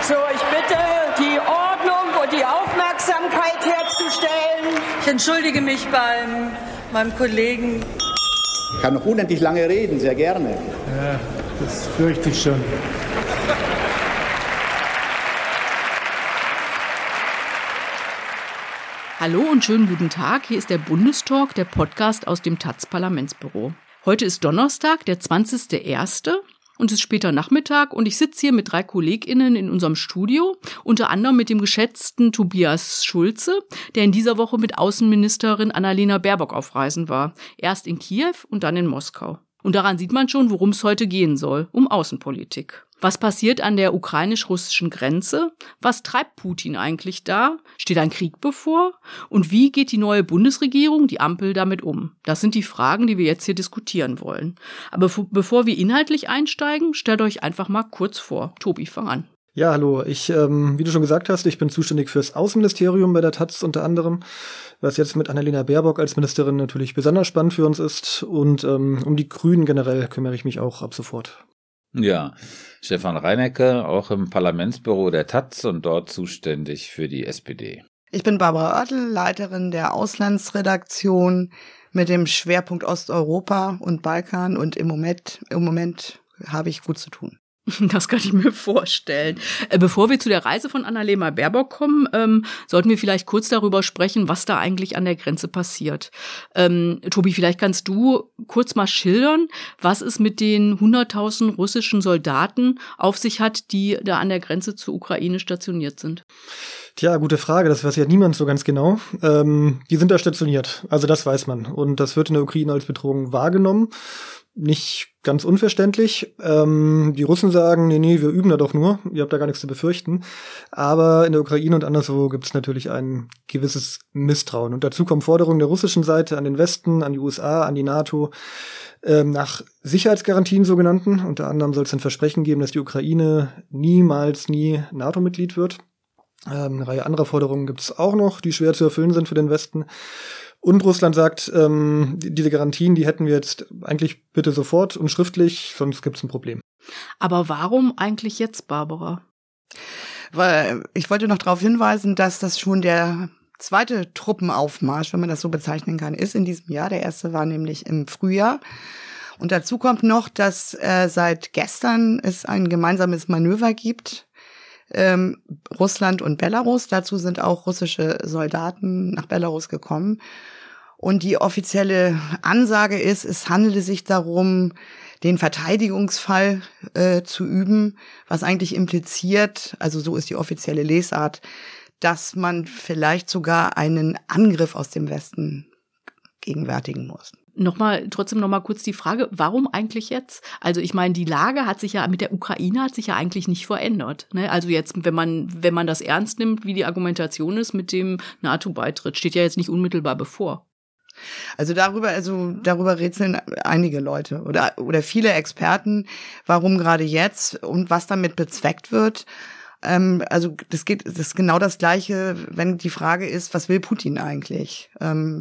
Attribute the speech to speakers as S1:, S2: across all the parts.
S1: So, ich bitte, die Ordnung und die Aufmerksamkeit herzustellen.
S2: Ich entschuldige mich bei meinem Kollegen.
S3: Ich kann noch unendlich lange reden, sehr gerne.
S4: Ja, das fürchte ich schon.
S5: Hallo und schönen guten Tag, hier ist der Bundestalk, der Podcast aus dem taz-Parlamentsbüro. Heute ist Donnerstag, der 20.01. und es ist später Nachmittag und ich sitze hier mit 3 KollegInnen in unserem Studio, unter anderem mit dem geschätzten Tobias Schulze, der in dieser Woche mit Außenministerin Annalena Baerbock auf Reisen war. Erst in Kiew und dann in Moskau. Und daran sieht man schon, worum es heute gehen soll, um Außenpolitik. Was passiert an der ukrainisch-russischen Grenze? Was treibt Putin eigentlich da? Steht ein Krieg bevor? Und wie geht die neue Bundesregierung, die Ampel, damit um? Das sind die Fragen, die wir jetzt hier diskutieren wollen. Aber bevor wir inhaltlich einsteigen, stellt euch einfach mal kurz vor. Tobi, fang an.
S6: Ja, hallo. Wie du schon gesagt hast, ich bin zuständig fürs Außenministerium bei der taz unter anderem, was jetzt mit Annalena Baerbock als Ministerin natürlich besonders spannend für uns ist. Und um die Grünen generell kümmere ich mich auch ab sofort.
S7: Ja, Stefan Reinecke, auch im Parlamentsbüro der taz und dort zuständig für die SPD.
S8: Ich bin Barbara Oertel, Leiterin der Auslandsredaktion mit dem Schwerpunkt Osteuropa und Balkan und im Moment habe ich gut zu tun.
S5: Das kann ich mir vorstellen. Bevor wir zu der Reise von Annalena Baerbock kommen, sollten wir vielleicht kurz darüber sprechen, was da eigentlich an der Grenze passiert. Tobi, vielleicht kannst du kurz mal schildern, was es mit den 100.000 russischen Soldaten auf sich hat, die da an der Grenze zur Ukraine stationiert sind.
S6: Tja, gute Frage, das weiß ja niemand so ganz genau. Die sind da stationiert, also das weiß man. Und das wird in der Ukraine als Bedrohung wahrgenommen. Nicht ganz unverständlich. Die Russen sagen, nee, wir üben da doch nur. Ihr habt da gar nichts zu befürchten. Aber in der Ukraine und anderswo gibt es natürlich ein gewisses Misstrauen. Und dazu kommen Forderungen der russischen Seite an den Westen, an die USA, an die NATO, nach Sicherheitsgarantien sogenannten. Unter anderem soll es ein Versprechen geben, dass die Ukraine nie NATO-Mitglied wird. Eine Reihe anderer Forderungen gibt es auch noch, die schwer zu erfüllen sind für den Westen. Und Russland sagt, diese Garantien, die hätten wir jetzt eigentlich bitte sofort und schriftlich, sonst gibt es ein Problem.
S5: Aber warum eigentlich jetzt, Barbara?
S8: Weil ich wollte noch darauf hinweisen, dass das schon der zweite Truppenaufmarsch, wenn man das so bezeichnen kann, ist in diesem Jahr. Der erste war nämlich im Frühjahr. Und dazu kommt noch, dass seit gestern es ein gemeinsames Manöver gibt. Russland und Belarus. Dazu sind auch russische Soldaten nach Belarus gekommen. Und die offizielle Ansage ist, es handele sich darum, den Verteidigungsfall zu üben, was eigentlich impliziert, also so ist die offizielle Lesart, dass man vielleicht sogar einen Angriff aus dem Westen gegenwärtigen muss.
S5: Trotzdem noch mal kurz die Frage, warum eigentlich jetzt? Also ich meine, die Lage mit der Ukraine hat sich ja eigentlich nicht verändert. Ne? Also jetzt, wenn man das ernst nimmt, wie die Argumentation ist mit dem NATO-Beitritt, steht ja jetzt nicht unmittelbar bevor.
S8: Also darüber rätseln einige Leute oder viele Experten, warum gerade jetzt und was damit bezweckt wird. Also das ist genau das Gleiche, wenn die Frage ist, was will Putin eigentlich?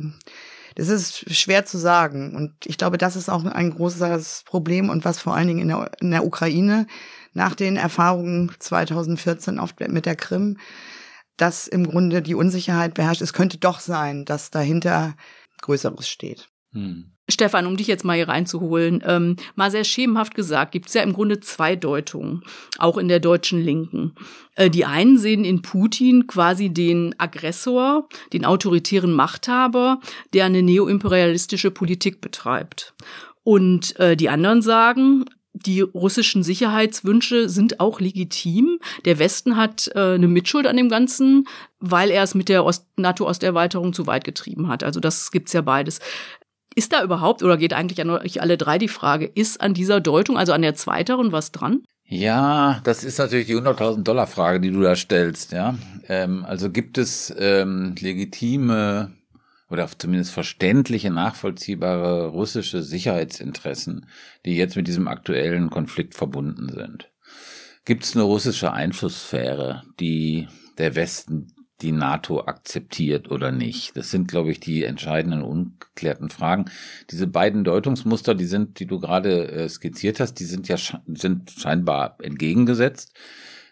S8: Das ist schwer zu sagen. Und ich glaube, das ist auch ein großes Problem und was vor allen Dingen in der Ukraine nach den Erfahrungen 2014 mit der Krim, dass im Grunde die Unsicherheit beherrscht. Es könnte doch sein, dass dahinter Größeres steht.
S5: Stefan, um dich jetzt mal hier reinzuholen, mal sehr schemenhaft gesagt, gibt es ja im Grunde 2 Deutungen, auch in der deutschen Linken. Die einen sehen in Putin quasi den Aggressor, den autoritären Machthaber, der eine neoimperialistische Politik betreibt. Und die anderen sagen, die russischen Sicherheitswünsche sind auch legitim. Der Westen hat eine Mitschuld an dem Ganzen, weil er es mit der NATO-Osterweiterung zu weit getrieben hat. Also das gibt's ja beides. Ist da überhaupt, oder geht eigentlich an euch alle 3 die Frage, ist an dieser Deutung, also an der zweiteren, was dran?
S7: Ja, das ist natürlich die $100.000-Frage, die du da stellst. Ja, also gibt es legitime oder zumindest verständliche, nachvollziehbare russische Sicherheitsinteressen, die jetzt mit diesem aktuellen Konflikt verbunden sind? Gibt es eine russische Einflusssphäre, die der Westen die NATO akzeptiert oder nicht? Das sind, glaube ich, die entscheidenden ungeklärten Fragen. Diese beiden Deutungsmuster, die du gerade skizziert hast, die sind scheinbar entgegengesetzt.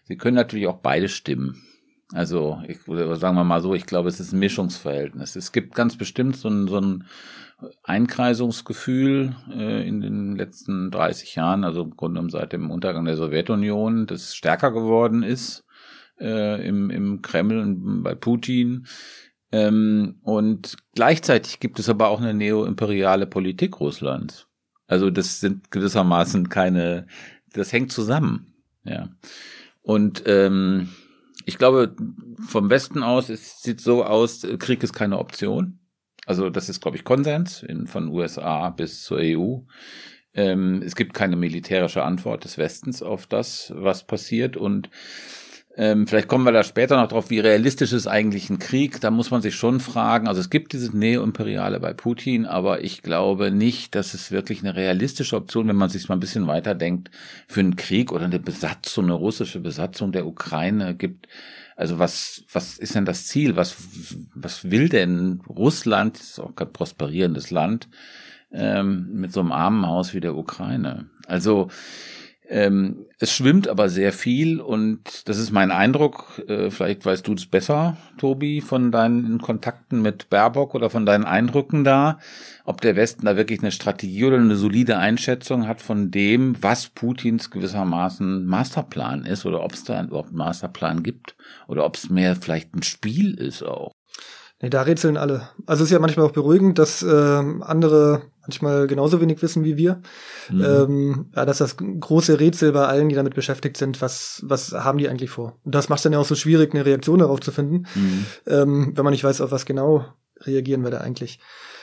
S7: Sie können natürlich auch beide stimmen. Also, sagen wir mal so, ich glaube, es ist ein Mischungsverhältnis. Es gibt ganz bestimmt so ein Einkreisungsgefühl in den letzten 30 Jahren, also im Grunde genommen seit dem Untergang der Sowjetunion, das stärker geworden ist im Kreml und bei Putin. Und gleichzeitig gibt es aber auch eine neoimperiale Politik Russlands. Also das sind gewissermaßen das hängt zusammen. Ja. Und ich glaube, vom Westen aus, es sieht so aus, Krieg ist keine Option. Also das ist, glaube ich, Konsens von USA bis zur EU. Es gibt keine militärische Antwort des Westens auf das, was passiert. Und vielleicht kommen wir da später noch drauf, wie realistisch ist eigentlich ein Krieg. Da muss man sich schon fragen. Also es gibt dieses Neoimperiale bei Putin, aber ich glaube nicht, dass es wirklich eine realistische Option, wenn man sich mal ein bisschen weiterdenkt, für einen Krieg oder eine russische Besatzung der Ukraine gibt. Also was ist denn das Ziel? Was will denn Russland, das ist auch kein prosperierendes Land, mit so einem Armenhaus wie der Ukraine? Also es schwimmt aber sehr viel und das ist mein Eindruck, vielleicht weißt du das besser, Tobi, von deinen Kontakten mit Baerbock oder von deinen Eindrücken da, ob der Westen da wirklich eine Strategie oder eine solide Einschätzung hat von dem, was Putins gewissermaßen Masterplan ist oder ob es da überhaupt einen Masterplan gibt oder ob es mehr vielleicht ein Spiel ist auch.
S6: Nee, da rätseln alle. Also es ist ja manchmal auch beruhigend, dass andere manchmal genauso wenig wissen wie wir. Dass das große Rätsel bei allen, die damit beschäftigt sind, was haben die eigentlich vor? Und das macht es dann ja auch so schwierig, eine Reaktion darauf zu finden, wenn man nicht weiß, auf was genau reagieren wir da eigentlich.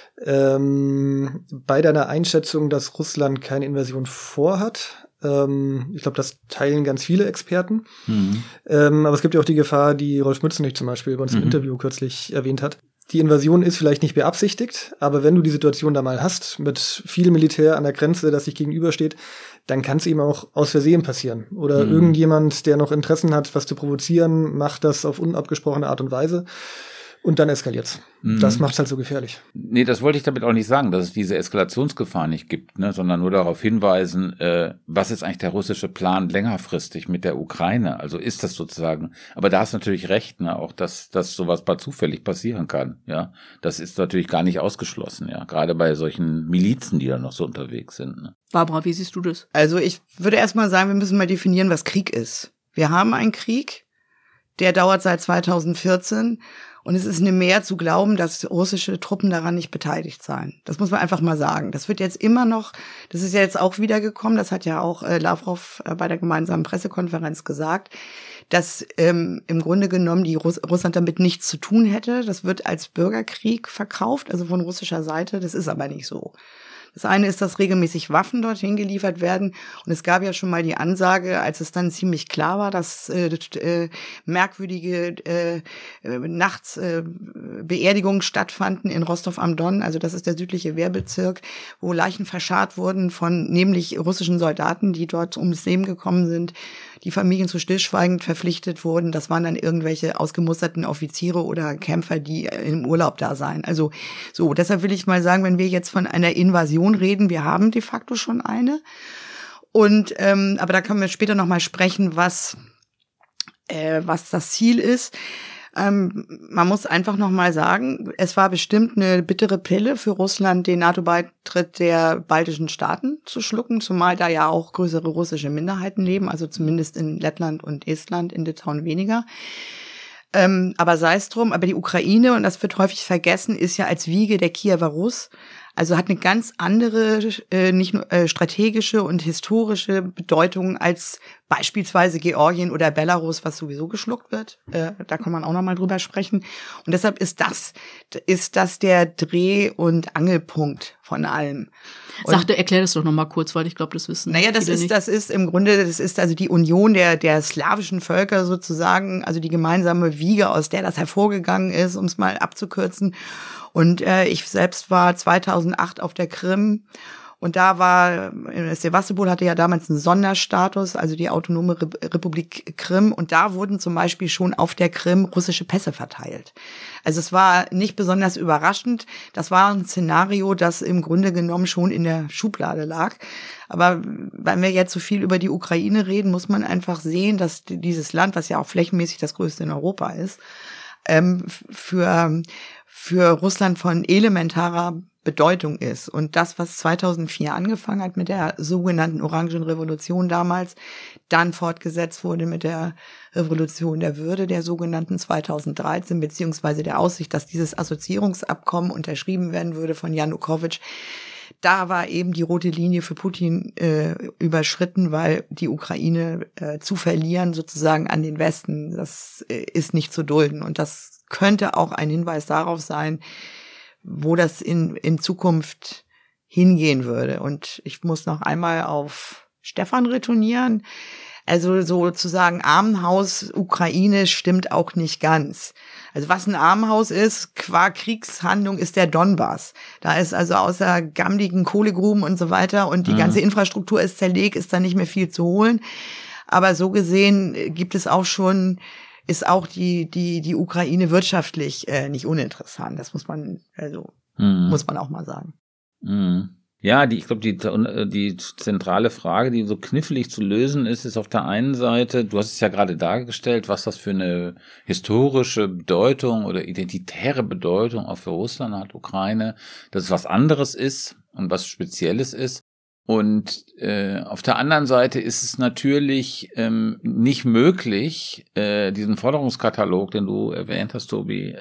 S6: Bei deiner Einschätzung, dass Russland keine Invasion vorhat, ich glaube, das teilen ganz viele Experten. Aber es gibt ja auch die Gefahr, die Rolf Mützenich zum Beispiel bei uns im Interview kürzlich erwähnt hat. Die Invasion ist vielleicht nicht beabsichtigt, aber wenn du die Situation da mal hast, mit viel Militär an der Grenze, das sich gegenübersteht, dann kann es eben auch aus Versehen passieren. Oder irgendjemand, der noch Interessen hat, was zu provozieren, macht das auf unabgesprochene Art und Weise. Und dann eskaliert's. Das macht's halt so gefährlich.
S7: Nee, das wollte ich damit auch nicht sagen, dass es diese Eskalationsgefahr nicht gibt, ne, sondern nur darauf hinweisen, was ist eigentlich der russische Plan längerfristig mit der Ukraine? Also ist das sozusagen, aber da hast du natürlich recht, ne, auch dass sowas mal zufällig passieren kann, ja. Das ist natürlich gar nicht ausgeschlossen, ja, gerade bei solchen Milizen, die da noch so unterwegs sind. Ne.
S5: Barbara, wie siehst du das?
S8: Also ich würde erst mal sagen, wir müssen mal definieren, was Krieg ist. Wir haben einen Krieg, der dauert seit 2014. Und es ist eine Mehr zu glauben, dass russische Truppen daran nicht beteiligt seien. Das muss man einfach mal sagen. Das wird jetzt immer noch, das ist ja jetzt auch wieder gekommen, das hat ja auch Lavrov bei der gemeinsamen Pressekonferenz gesagt, dass im Grunde genommen Russland damit nichts zu tun hätte. Das wird als Bürgerkrieg verkauft, also von russischer Seite. Das ist aber nicht so. Das eine ist, dass regelmäßig Waffen dorthin geliefert werden. Und es gab ja schon mal die Ansage, als es dann ziemlich klar war, dass merkwürdige nachts Beerdigungen stattfanden in Rostov am Don. Also das ist der südliche Wehrbezirk, wo Leichen verscharrt wurden von nämlich russischen Soldaten, die dort ums Leben gekommen sind. Die Familien zu Stillschweigen verpflichtet wurden. Das waren dann irgendwelche ausgemusterten Offiziere oder Kämpfer, die im Urlaub da seien. Also so, deshalb will ich mal sagen, wenn wir jetzt von einer Invasion reden, wir haben de facto schon eine. Und aber da können wir später noch mal sprechen, was das Ziel ist. Man muss einfach noch mal sagen, es war bestimmt eine bittere Pille für Russland, den NATO-Beitritt der baltischen Staaten zu schlucken, zumal da ja auch größere russische Minderheiten leben, also zumindest in Lettland und Estland, in Litauen weniger. Aber sei es drum, aber die Ukraine, und das wird häufig vergessen, ist ja als Wiege der Kiewer Rus, also hat eine ganz andere, nicht nur strategische und historische Bedeutung als beispielsweise Georgien oder Belarus, was sowieso geschluckt wird. Da kann man auch noch mal drüber sprechen. Und deshalb ist das der Dreh- und Angelpunkt von allem.
S5: Erklär das doch noch mal kurz, weil ich glaube, das wissen
S8: Naja, das ist im Grunde, das ist also die Union der slawischen Völker sozusagen, also die gemeinsame Wiege, aus der das hervorgegangen ist, um es mal abzukürzen. Und ich selbst war 2008 auf der Krim Und da war, Sewastopol hatte ja damals einen Sonderstatus, also die autonome Republik Krim. Und da wurden zum Beispiel schon auf der Krim russische Pässe verteilt. Also es war nicht besonders überraschend. Das war ein Szenario, das im Grunde genommen schon in der Schublade lag. Aber wenn wir jetzt so viel über die Ukraine reden, muss man einfach sehen, dass dieses Land, was ja auch flächenmäßig das größte in Europa ist, für Russland von elementarer Bedeutung ist. Und das, was 2004 angefangen hat mit der sogenannten Orangen Revolution damals, dann fortgesetzt wurde mit der Revolution der Würde, der sogenannten 2013, beziehungsweise der Aussicht, dass dieses Assoziierungsabkommen unterschrieben werden würde von Janukowitsch, da war eben die rote Linie für Putin überschritten, weil die Ukraine zu verlieren sozusagen an den Westen, das ist nicht zu dulden. Und das könnte auch ein Hinweis darauf sein, wo das in Zukunft hingehen würde. Und ich muss noch einmal auf Stefan retournieren. Also sozusagen Armenhaus Ukraine stimmt auch nicht ganz. Also was ein Armenhaus ist, qua Kriegshandlung, ist der Donbass. Da ist also außer gammligen Kohlegruben und so weiter und die ganze Infrastruktur ist zerlegt, ist da nicht mehr viel zu holen. Aber so gesehen gibt es auch schon, ist auch die Ukraine wirtschaftlich nicht uninteressant. Das muss man auch mal sagen.
S7: Ja, ich glaube, die zentrale Frage, die so knifflig zu lösen ist auf der einen Seite, du hast es ja gerade dargestellt, was das für eine historische Bedeutung oder identitäre Bedeutung auch für Russland hat, Ukraine, dass es was anderes ist und was Spezielles ist. Und auf der anderen Seite ist es natürlich nicht möglich, diesen Forderungskatalog, den du erwähnt hast, Tobi,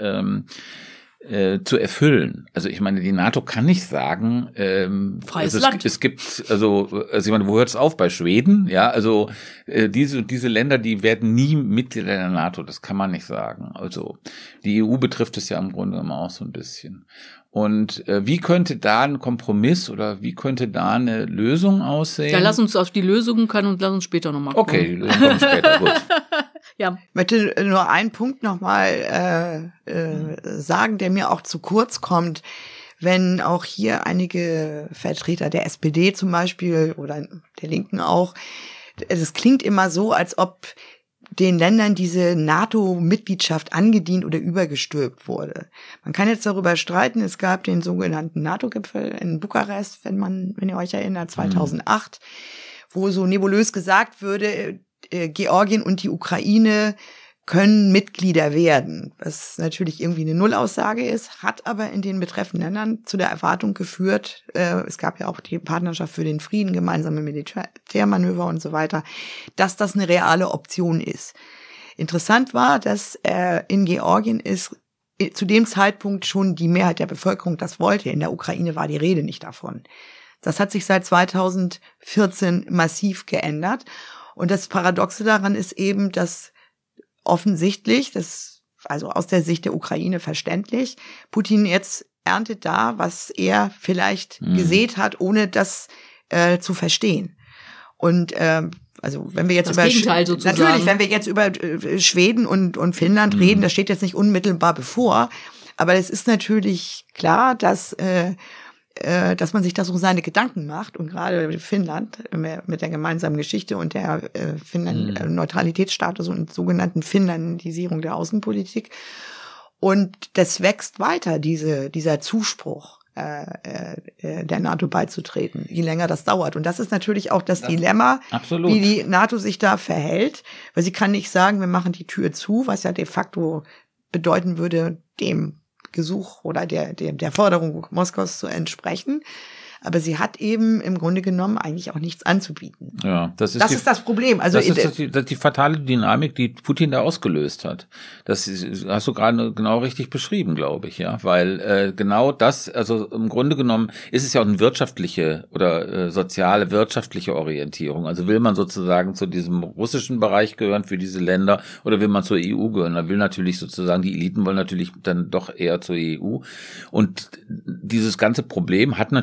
S7: zu erfüllen. Also ich meine, die NATO kann nicht sagen,
S5: freies Land.
S7: Es gibt, also ich meine, wo hört es auf? Bei Schweden? Ja, also diese Länder, die werden nie Mitglieder der NATO, das kann man nicht sagen. Also die EU betrifft es ja im Grunde genommen auch so ein bisschen. Und wie könnte da ein Kompromiss oder wie könnte da eine Lösung aussehen?
S5: Ja, lass uns auf die Lösungen und lass uns später nochmal gucken.
S7: Okay, die Lösung kommt später, gut.
S8: Ja. Ich möchte nur einen Punkt nochmal sagen, der mir auch zu kurz kommt, wenn auch hier einige Vertreter der SPD zum Beispiel oder der Linken auch, es klingt immer so, als ob den Ländern diese NATO-Mitgliedschaft angedient oder übergestülpt wurde. Man kann jetzt darüber streiten, es gab den sogenannten NATO-Gipfel in Bukarest, wenn ihr euch erinnert, 2008, wo so nebulös gesagt würde, Georgien und die Ukraine können Mitglieder werden, was natürlich irgendwie eine Nullaussage ist, hat aber in den betreffenden Ländern zu der Erwartung geführt, es gab ja auch die Partnerschaft für den Frieden, gemeinsame Militärmanöver und so weiter, dass das eine reale Option ist. Interessant war, dass in Georgien ist zu dem Zeitpunkt schon die Mehrheit der Bevölkerung das wollte. In der Ukraine war die Rede nicht davon. Das hat sich seit 2014 massiv geändert. Und das Paradoxe daran ist eben, dass offensichtlich, also aus der Sicht der Ukraine verständlich, Putin jetzt erntet da, was er vielleicht gesät hat, ohne das zu verstehen. Und also wenn wir jetzt natürlich, wenn wir jetzt über Schweden und Finnland reden, das steht jetzt nicht unmittelbar bevor, aber es ist natürlich klar, dass man sich da so seine Gedanken macht und gerade Finnland mit der gemeinsamen Geschichte und der Neutralitätsstatus und sogenannten Finnlandisierung der Außenpolitik. Und das wächst weiter, dieser Zuspruch, der NATO beizutreten, je länger das dauert. Und das ist natürlich auch das Dilemma, wie die NATO sich da verhält, weil sie kann nicht sagen, wir machen die Tür zu, was ja de facto bedeuten würde, dem Gesuch oder der Forderung Moskaus zu entsprechen. Aber sie hat eben im Grunde genommen eigentlich auch nichts anzubieten. Ja, das ist das Problem. Also
S7: das ist die fatale Dynamik, die Putin da ausgelöst hat. Das hast du gerade genau richtig beschrieben, glaube ich, ja, weil genau das, also im Grunde genommen ist es ja auch eine wirtschaftliche oder soziale wirtschaftliche Orientierung. Also will man sozusagen zu diesem russischen Bereich gehören für diese Länder oder will man zur EU gehören? Da will natürlich sozusagen die Eliten wollen natürlich dann doch eher zur EU. Und dieses ganze Problem hat natürlich Putin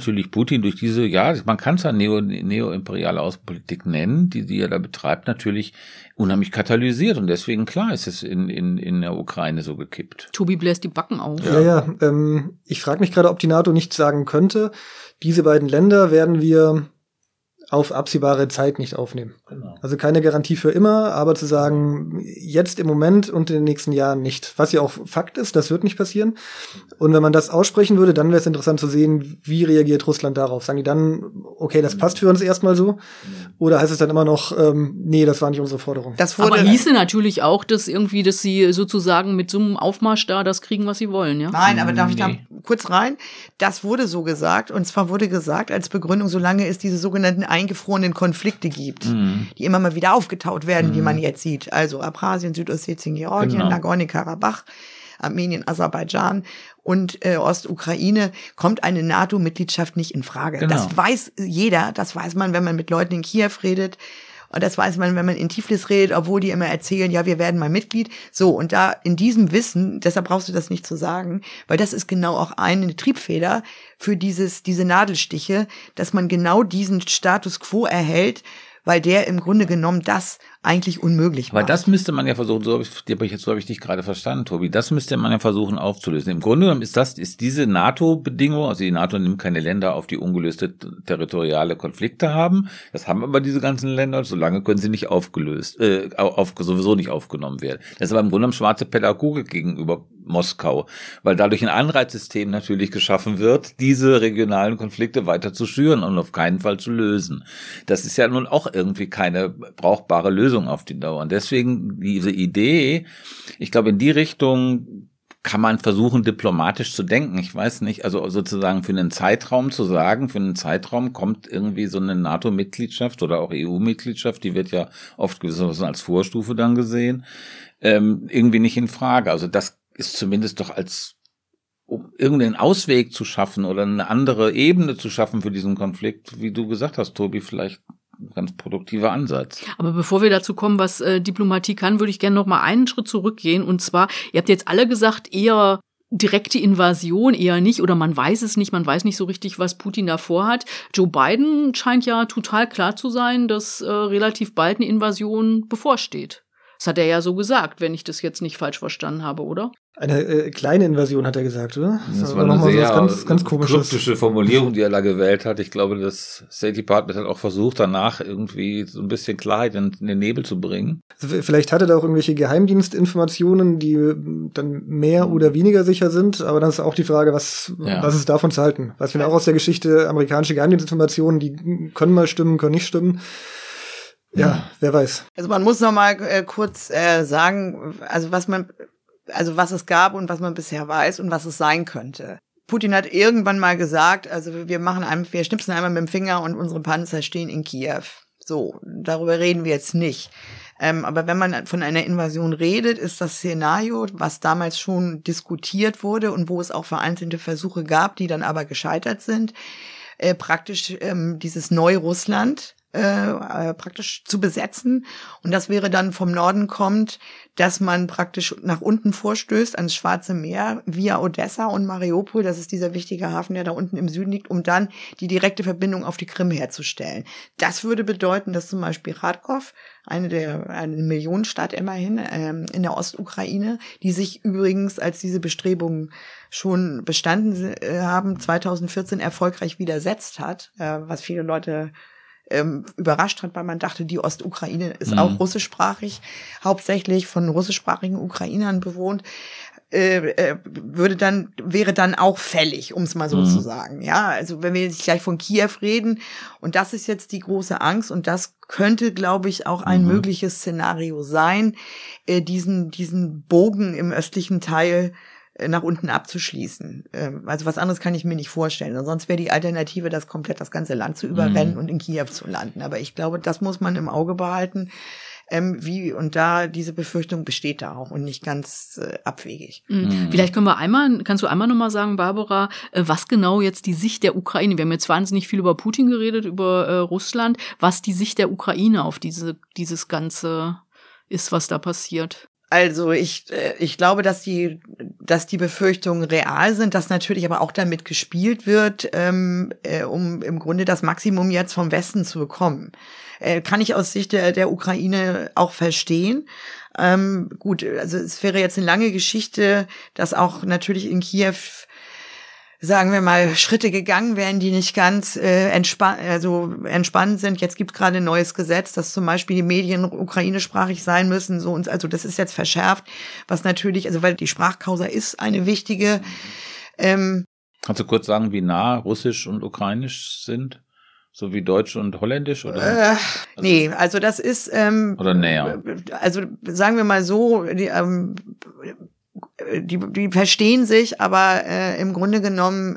S7: Putin durch diese, ja, man kann es ja neoimperiale Außenpolitik nennen, die er da betreibt, natürlich unheimlich katalysiert. Und deswegen, klar, ist es in der Ukraine so gekippt.
S5: Tobi bläst die Backen auf.
S6: Ja. Ich frage mich gerade, ob die NATO nicht sagen könnte, diese beiden Länder werden wir auf absehbare Zeit nicht aufnehmen. Genau. Also keine Garantie für immer, aber zu sagen, jetzt im Moment und in den nächsten Jahren nicht. Was ja auch Fakt ist, das wird nicht passieren. Und wenn man das aussprechen würde, dann wäre es interessant zu sehen, wie reagiert Russland darauf. Sagen die dann, okay, das passt für uns erstmal so? Oder heißt es dann immer noch, nee, das war nicht unsere Forderung?
S5: Aber hieße natürlich auch, dass sie sozusagen mit so einem Aufmarsch da das kriegen, was sie wollen, ja?
S8: Nein, aber darf ich da kurz rein? Das wurde so gesagt, und zwar wurde gesagt als Begründung, solange es diese sogenannten eingefrorenen Konflikte gibt, die immer mal wieder aufgetaut werden, wie man jetzt sieht. Also Abchasien, Südossetien, Georgien, Nagorno-Karabach, Armenien, Aserbaidschan und Ostukraine, kommt eine NATO-Mitgliedschaft nicht in Frage. Genau. Das weiß jeder, das weiß man, wenn man mit Leuten in Kiew redet. Und das weiß man, wenn man in Tiflis redet, obwohl die immer erzählen, ja, wir werden mal Mitglied. So, und da in diesem Wissen, deshalb brauchst du das nicht zu sagen, weil das ist genau auch eine Triebfeder für diese Nadelstiche, dass man genau diesen Status quo erhält, weil der im Grunde genommen das eigentlich unmöglich macht.
S7: Aber das müsste man ja versuchen, so habe ich dich gerade verstanden, Tobi, das müsste man ja versuchen aufzulösen. Im Grunde genommen ist diese NATO-Bedingung, also die NATO nimmt keine Länder auf, die ungelöste territoriale Konflikte haben. Das haben aber diese ganzen Länder, solange können sie nicht sowieso nicht aufgenommen werden. Das ist aber im Grunde genommen schwarze Pädagogik gegenüber Moskau, weil dadurch ein Anreizsystem natürlich geschaffen wird, diese regionalen Konflikte weiter zu schüren und auf keinen Fall zu lösen. Das ist ja nun auch irgendwie keine brauchbare Lösung auf die Dauer. Und deswegen diese Idee, ich glaube, in die Richtung kann man versuchen, diplomatisch zu denken. Ich weiß nicht, also sozusagen für einen Zeitraum zu sagen, für einen Zeitraum kommt irgendwie so eine NATO-Mitgliedschaft oder auch EU-Mitgliedschaft, die wird ja oft gewissermaßen als Vorstufe dann gesehen, irgendwie nicht in Frage. Also das ist zumindest doch um irgendeinen Ausweg zu schaffen oder eine andere Ebene zu schaffen für diesen Konflikt, wie du gesagt hast, Tobi, vielleicht ein ganz produktiver Ansatz.
S5: Aber bevor wir dazu kommen, was Diplomatie kann, würde ich gerne noch mal einen Schritt zurückgehen. Und zwar, ihr habt jetzt alle gesagt, eher direkte Invasion, eher nicht, oder man weiß es nicht, man weiß nicht so richtig, was Putin da vorhat. Joe Biden scheint ja total klar zu sein, dass relativ bald eine Invasion bevorsteht. Das hat er ja so gesagt, wenn ich das jetzt nicht falsch verstanden habe, oder?
S6: Eine kleine Invasion, hat er gesagt, oder?
S7: Das war eine sehr
S6: ganz
S7: kryptische Formulierung, die er da gewählt hat. Ich glaube, das State Department hat auch versucht, danach irgendwie so ein bisschen Klarheit in den Nebel zu bringen.
S6: Also vielleicht hat er da auch irgendwelche Geheimdienstinformationen, die dann mehr oder weniger sicher sind, aber dann ist auch die Frage, was ist davon zu halten? Weiß man auch aus der Geschichte, amerikanische Geheimdienstinformationen, die können mal stimmen, können nicht stimmen. Ja, wer weiß.
S8: Also man muss noch mal kurz sagen, was es gab und was man bisher weiß und was es sein könnte. Putin hat irgendwann mal gesagt, also wir schnipsen einmal mit dem Finger und unsere Panzer stehen in Kiew. So, darüber reden wir jetzt nicht. Aber wenn man von einer Invasion redet, ist das Szenario, was damals schon diskutiert wurde und wo es auch vereinzelte Versuche gab, die dann aber gescheitert sind, praktisch dieses Neurussland praktisch zu besetzen. Und das wäre dann vom Norden kommt, dass man praktisch nach unten vorstößt ans Schwarze Meer via Odessa und Mariupol. Das ist dieser wichtige Hafen, der da unten im Süden liegt, um dann die direkte Verbindung auf die Krim herzustellen. Das würde bedeuten, dass zum Beispiel Kharkov, eine Millionenstadt immerhin in der Ostukraine, die sich übrigens, als diese Bestrebungen schon bestanden haben, 2014 erfolgreich widersetzt hat, was viele Leute überrascht hat, weil man dachte, die Ostukraine ist auch russischsprachig, hauptsächlich von russischsprachigen Ukrainern bewohnt, wäre dann auch fällig, um es mal so zu sagen. Ja, also wenn wir jetzt gleich von Kiew reden, und das ist jetzt die große Angst, und das könnte, glaube ich, auch ein mögliches Szenario sein, diesen Bogen im östlichen Teil nach unten abzuschließen. Also was anderes kann ich mir nicht vorstellen. Sonst wäre die Alternative, das ganze Land zu überrennen und in Kiew zu landen. Aber ich glaube, das muss man im Auge behalten. Und da diese Befürchtung besteht da auch und nicht ganz abwegig.
S5: Vielleicht kannst du einmal nochmal sagen, Barbara, was genau jetzt die Sicht der Ukraine, wir haben jetzt wahnsinnig viel über Putin geredet, über Russland, was die Sicht der Ukraine auf dieses Ganze ist, was da passiert.
S8: Also ich glaube, dass die Befürchtungen real sind, dass natürlich aber auch damit gespielt wird, um im Grunde das Maximum jetzt vom Westen zu bekommen. Kann ich aus Sicht der Ukraine auch verstehen. Gut, also es wäre jetzt eine lange Geschichte, dass auch natürlich in Kiew, sagen wir mal, Schritte gegangen werden, die nicht ganz entspannt sind. Jetzt gibt es gerade ein neues Gesetz, dass zum Beispiel die Medien ukrainischsprachig sein müssen. So, und also das ist jetzt verschärft, was natürlich, also weil die Sprachcausa ist eine wichtige.
S7: Kannst du kurz sagen, wie nah Russisch und Ukrainisch sind? So wie Deutsch und Holländisch, oder?
S8: Nee, also das ist
S7: oder näher.
S8: Also sagen wir mal so, die verstehen sich, aber im Grunde genommen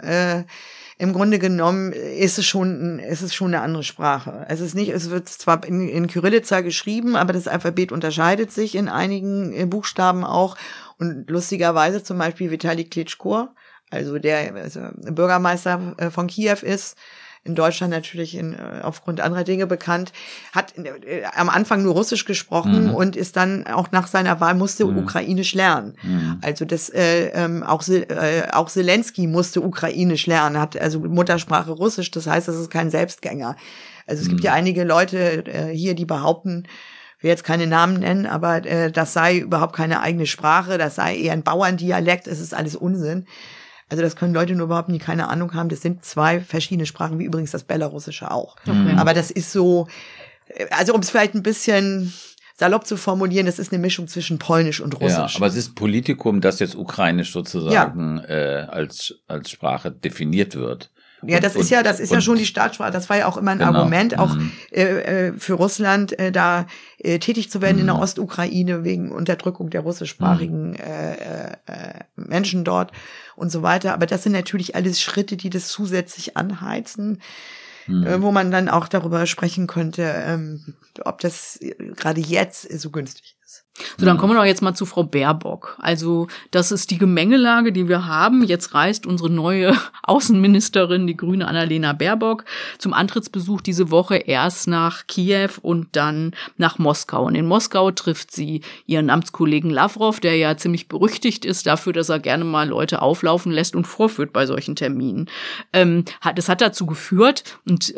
S8: ist es schon eine andere Sprache. Es wird zwar in Kyrilliza geschrieben, aber das Alphabet unterscheidet sich in einigen Buchstaben auch. Und lustigerweise zum Beispiel Vitali Klitschko, also der Bürgermeister von Kiew ist, in Deutschland natürlich aufgrund anderer Dinge bekannt, hat am Anfang nur Russisch gesprochen und ist dann auch nach seiner Wahl musste Ukrainisch lernen. Also das auch Zelensky musste Ukrainisch lernen, hat also Muttersprache Russisch, das heißt, das ist kein Selbstgänger. Also es gibt ja einige Leute hier, die behaupten, ich will jetzt keine Namen nennen, aber das sei überhaupt keine eigene Sprache, das sei eher ein Bauerndialekt, es ist alles Unsinn. Also das können Leute nur überhaupt nie keine Ahnung haben. Das sind zwei verschiedene Sprachen, wie übrigens das Belarussische auch. Okay. Aber das ist so, also um es vielleicht ein bisschen salopp zu formulieren, das ist eine Mischung zwischen Polnisch und Russisch.
S7: Ja, aber es ist Politikum, das jetzt Ukrainisch sozusagen als Sprache definiert wird.
S8: Ja, das ist ja schon die Staatssprache. Das war ja auch immer ein Argument, auch für Russland, da tätig zu werden in der Ostukraine wegen Unterdrückung der russischsprachigen Menschen dort und so weiter. Aber das sind natürlich alles Schritte, die das zusätzlich anheizen, wo man dann auch darüber sprechen könnte, ob das gerade jetzt so günstig ist.
S5: So, dann kommen wir doch jetzt mal zu Frau Baerbock. Also das ist die Gemengelage, die wir haben. Jetzt reist unsere neue Außenministerin, die Grüne Annalena Baerbock, zum Antrittsbesuch diese Woche erst nach Kiew und dann nach Moskau. Und in Moskau trifft sie ihren Amtskollegen Lavrov, der ja ziemlich berüchtigt ist dafür, dass er gerne mal Leute auflaufen lässt und vorführt bei solchen Terminen. Das hat dazu geführt und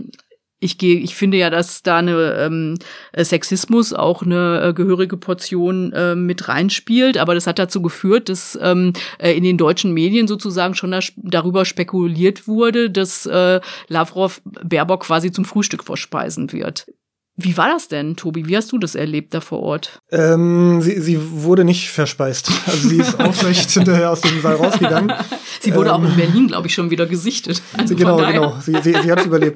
S5: ich finde ja, dass da eine Sexismus auch eine gehörige Portion mit reinspielt, aber das hat dazu geführt, dass in den deutschen Medien sozusagen schon darüber spekuliert wurde, dass Lavrov Baerbock quasi zum Frühstück verspeisen wird. Wie war das denn, Tobi? Wie hast du das erlebt da vor Ort?
S6: Sie wurde nicht verspeist. Also sie ist aufrecht hinterher aus dem Saal rausgegangen.
S5: Sie wurde auch in Berlin, glaube ich, schon wieder gesichtet. Also
S6: genau. Sie hat es überlebt.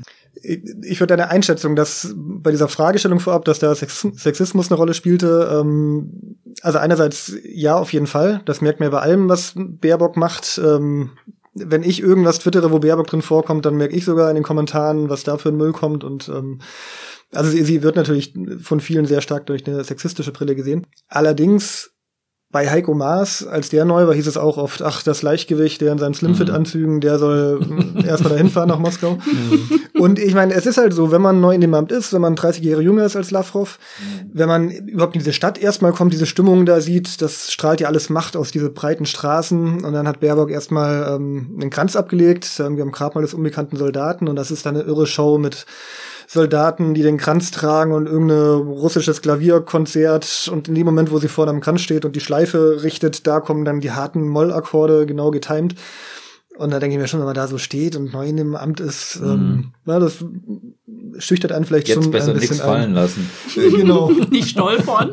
S6: Ich würde eine Einschätzung, dass bei dieser Fragestellung vorab, dass da Sexismus eine Rolle spielte, also einerseits ja, auf jeden Fall. Das merkt man bei allem, was Baerbock macht. Wenn ich irgendwas twittere, wo Baerbock drin vorkommt, dann merke ich sogar in den Kommentaren, was da für ein Müll kommt. Und also sie wird natürlich von vielen sehr stark durch eine sexistische Brille gesehen. Allerdings bei Heiko Maas, als der neu war, hieß es auch oft, ach, das Leichtgewicht, der in seinen Slimfit-Anzügen, der soll erstmal dahin fahren nach Moskau. Und ich meine, es ist halt so, wenn man neu in dem Amt ist, wenn man 30 Jahre jünger ist als Lavrov, wenn man überhaupt in diese Stadt erstmal kommt, diese Stimmung da sieht, das strahlt ja alles Macht aus diese breiten Straßen. Und dann hat Baerbock erstmal einen Kranz abgelegt, wir haben Grabmal des unbekannten Soldaten, und das ist dann eine irre Show mit Soldaten, die den Kranz tragen und irgendein russisches Klavierkonzert, und in dem Moment, wo sie vorne am Kranz steht und die Schleife richtet, da kommen dann die harten Mollakkorde genau getimt. Und da denke ich mir schon, wenn man da so steht und neu in dem Amt ist, das schüchtert einen vielleicht
S7: jetzt
S6: schon
S7: besser
S6: ein bisschen
S7: nichts fallen lassen.
S6: Genau.
S5: Nicht stolpern.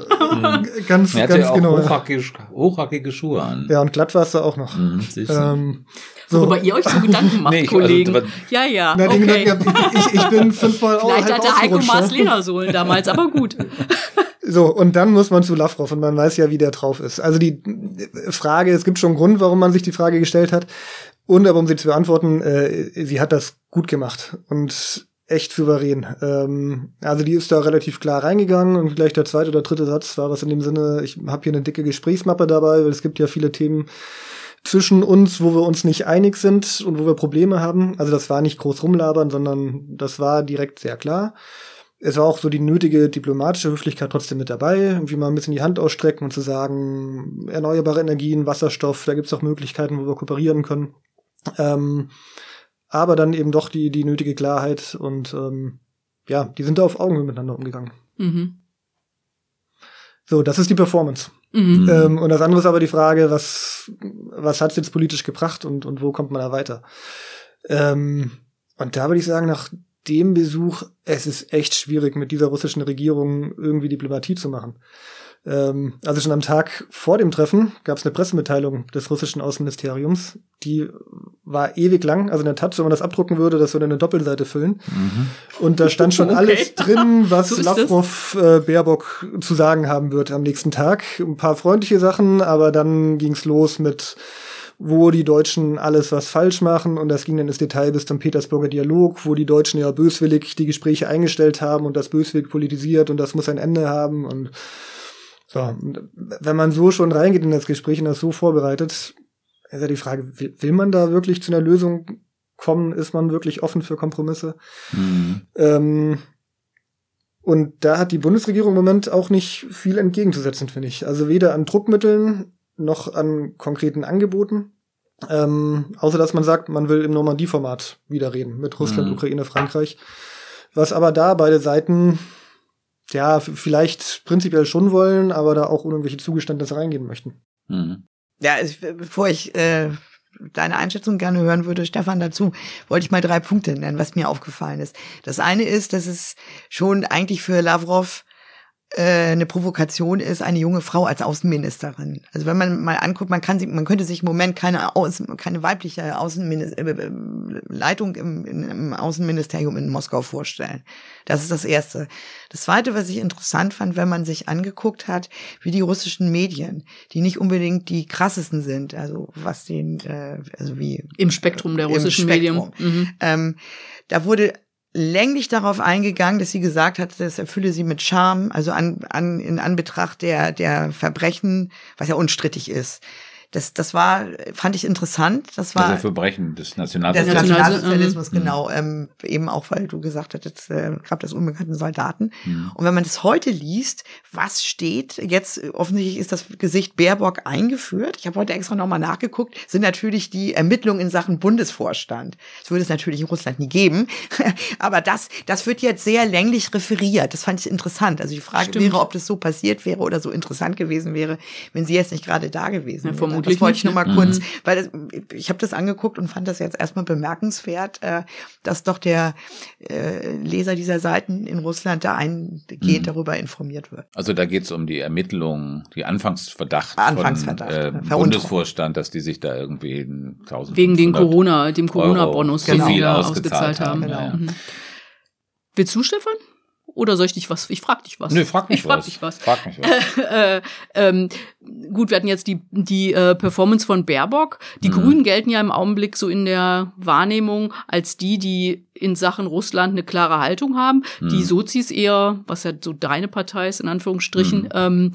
S6: Ganz
S7: er hatte ja
S6: genau.
S7: Auch hochhackige Schuhe an.
S6: Ja, und glatt war es da auch noch.
S5: Worüber ihr euch so Gedanken macht, Kollegen.
S7: Also,
S5: ja,
S6: na,
S5: okay.
S6: Ich bin 5-mal
S5: Vielleicht hatte Heiko Maas Ledersohlen damals, aber gut.
S6: So, und dann muss man zu Lavrov, und man weiß ja, wie der drauf ist. Also die Frage, es gibt schon einen Grund, warum man sich die Frage gestellt hat. Und aber um sie zu beantworten, sie hat das gut gemacht und echt souverän. Also die ist da relativ klar reingegangen, und gleich der zweite oder dritte Satz war was in dem Sinne, ich habe hier eine dicke Gesprächsmappe dabei, weil es gibt ja viele Themen zwischen uns, wo wir uns nicht einig sind und wo wir Probleme haben. Also das war nicht groß rumlabern, sondern das war direkt sehr klar. es war auch so die nötige diplomatische Höflichkeit trotzdem mit dabei, irgendwie mal ein bisschen die Hand ausstrecken und zu sagen, erneuerbare Energien, Wasserstoff, da gibt's auch Möglichkeiten, wo wir kooperieren können. Aber dann eben doch die nötige Klarheit und die sind da auf Augenhöhe miteinander umgegangen. Mhm. So, das ist die Performance. Mhm. Und das andere ist aber die Frage, was hat's jetzt politisch gebracht und wo kommt man da weiter? Und da würde ich sagen, nach dem Besuch, es ist echt schwierig, mit dieser russischen Regierung irgendwie Diplomatie zu machen. Also schon am Tag vor dem Treffen gab es eine Pressemitteilung des russischen Außenministeriums, die war ewig lang, also in der Taz, wenn man das abdrucken würde, das würde eine Doppelseite füllen. Mhm. Und da stand schon alles drin, was so Lavrov Baerbock zu sagen haben wird am nächsten Tag. Ein paar freundliche Sachen, aber dann ging's los mit, wo die Deutschen alles was falsch machen, und das ging dann ins Detail bis zum Petersburger Dialog, wo die Deutschen ja böswillig die Gespräche eingestellt haben und das böswillig politisiert und das muss ein Ende haben. Und so, wenn man so schon reingeht in das Gespräch und das so vorbereitet, ist ja die Frage, will man da wirklich zu einer Lösung kommen? Ist man wirklich offen für Kompromisse? Mhm. Und da hat die Bundesregierung im Moment auch nicht viel entgegenzusetzen, finde ich. Also weder an Druckmitteln noch an konkreten Angeboten. Außer dass man sagt, man will im Normandie-Format wieder reden mit Russland, Ukraine, Frankreich. Was aber da beide Seiten vielleicht prinzipiell schon wollen, aber da auch irgendwelche Zugeständnisse reingehen möchten. Mhm.
S8: Ja, bevor ich deine Einschätzung gerne hören würde, Stefan, dazu wollte ich mal 3 Punkte nennen, was mir aufgefallen ist. Das eine ist, dass es schon eigentlich für Lavrov eine Provokation ist, eine junge Frau als Außenministerin. Also wenn man mal anguckt, man könnte sich im Moment keine weibliche Leitung im Außenministerium in Moskau vorstellen. Das ist das Erste. Das Zweite, was ich interessant fand, wenn man sich angeguckt hat, wie die russischen Medien, die nicht unbedingt die krassesten sind, also was wie
S5: im Spektrum der russischen Medien.
S8: Da wurde länglich darauf eingegangen, dass sie gesagt hat, das erfülle sie mit Charme, also in Anbetracht der Verbrechen, was ja unstrittig ist. Das fand ich interessant. Das war
S7: also Verbrechen des Nationalsozialismus.
S8: Genau. Eben auch, weil du gesagt hattest, gab das unbekannten Soldaten. Und wenn man das heute liest, was steht, jetzt offensichtlich ist das Gesicht Baerbock eingeführt. Ich habe heute extra nochmal nachgeguckt, sind natürlich die Ermittlungen in Sachen Bundesvorstand. Das würde es natürlich in Russland nie geben. Aber das wird jetzt sehr länglich referiert. Das fand ich interessant. Also die Frage wäre, ob das so passiert wäre oder so interessant gewesen wäre, wenn sie jetzt nicht gerade da gewesen wäre. Das wollte ich nur mal kurz, weil ich habe das angeguckt und fand das jetzt erstmal bemerkenswert, dass doch der Leser dieser Seiten in Russland da eingehend darüber informiert wird.
S7: Also da geht es um die Ermittlungen, die Anfangsverdacht von Bundesvorstand, dass die sich da irgendwie 1.500
S5: wegen dem Corona-Bonus,
S7: den
S5: sie
S7: ausgezahlt haben.
S5: Genau. Ja. Willst du, Stefan? Oder soll ich dich was? Ich frag dich was.
S7: Nö, frag mich was.
S5: Frag mich was. Gut, wir hatten jetzt die Performance von Baerbock. Die Grünen gelten ja im Augenblick so in der Wahrnehmung als die in Sachen Russland eine klare Haltung haben. Die Sozis eher, was ja so deine Partei ist, in Anführungsstrichen,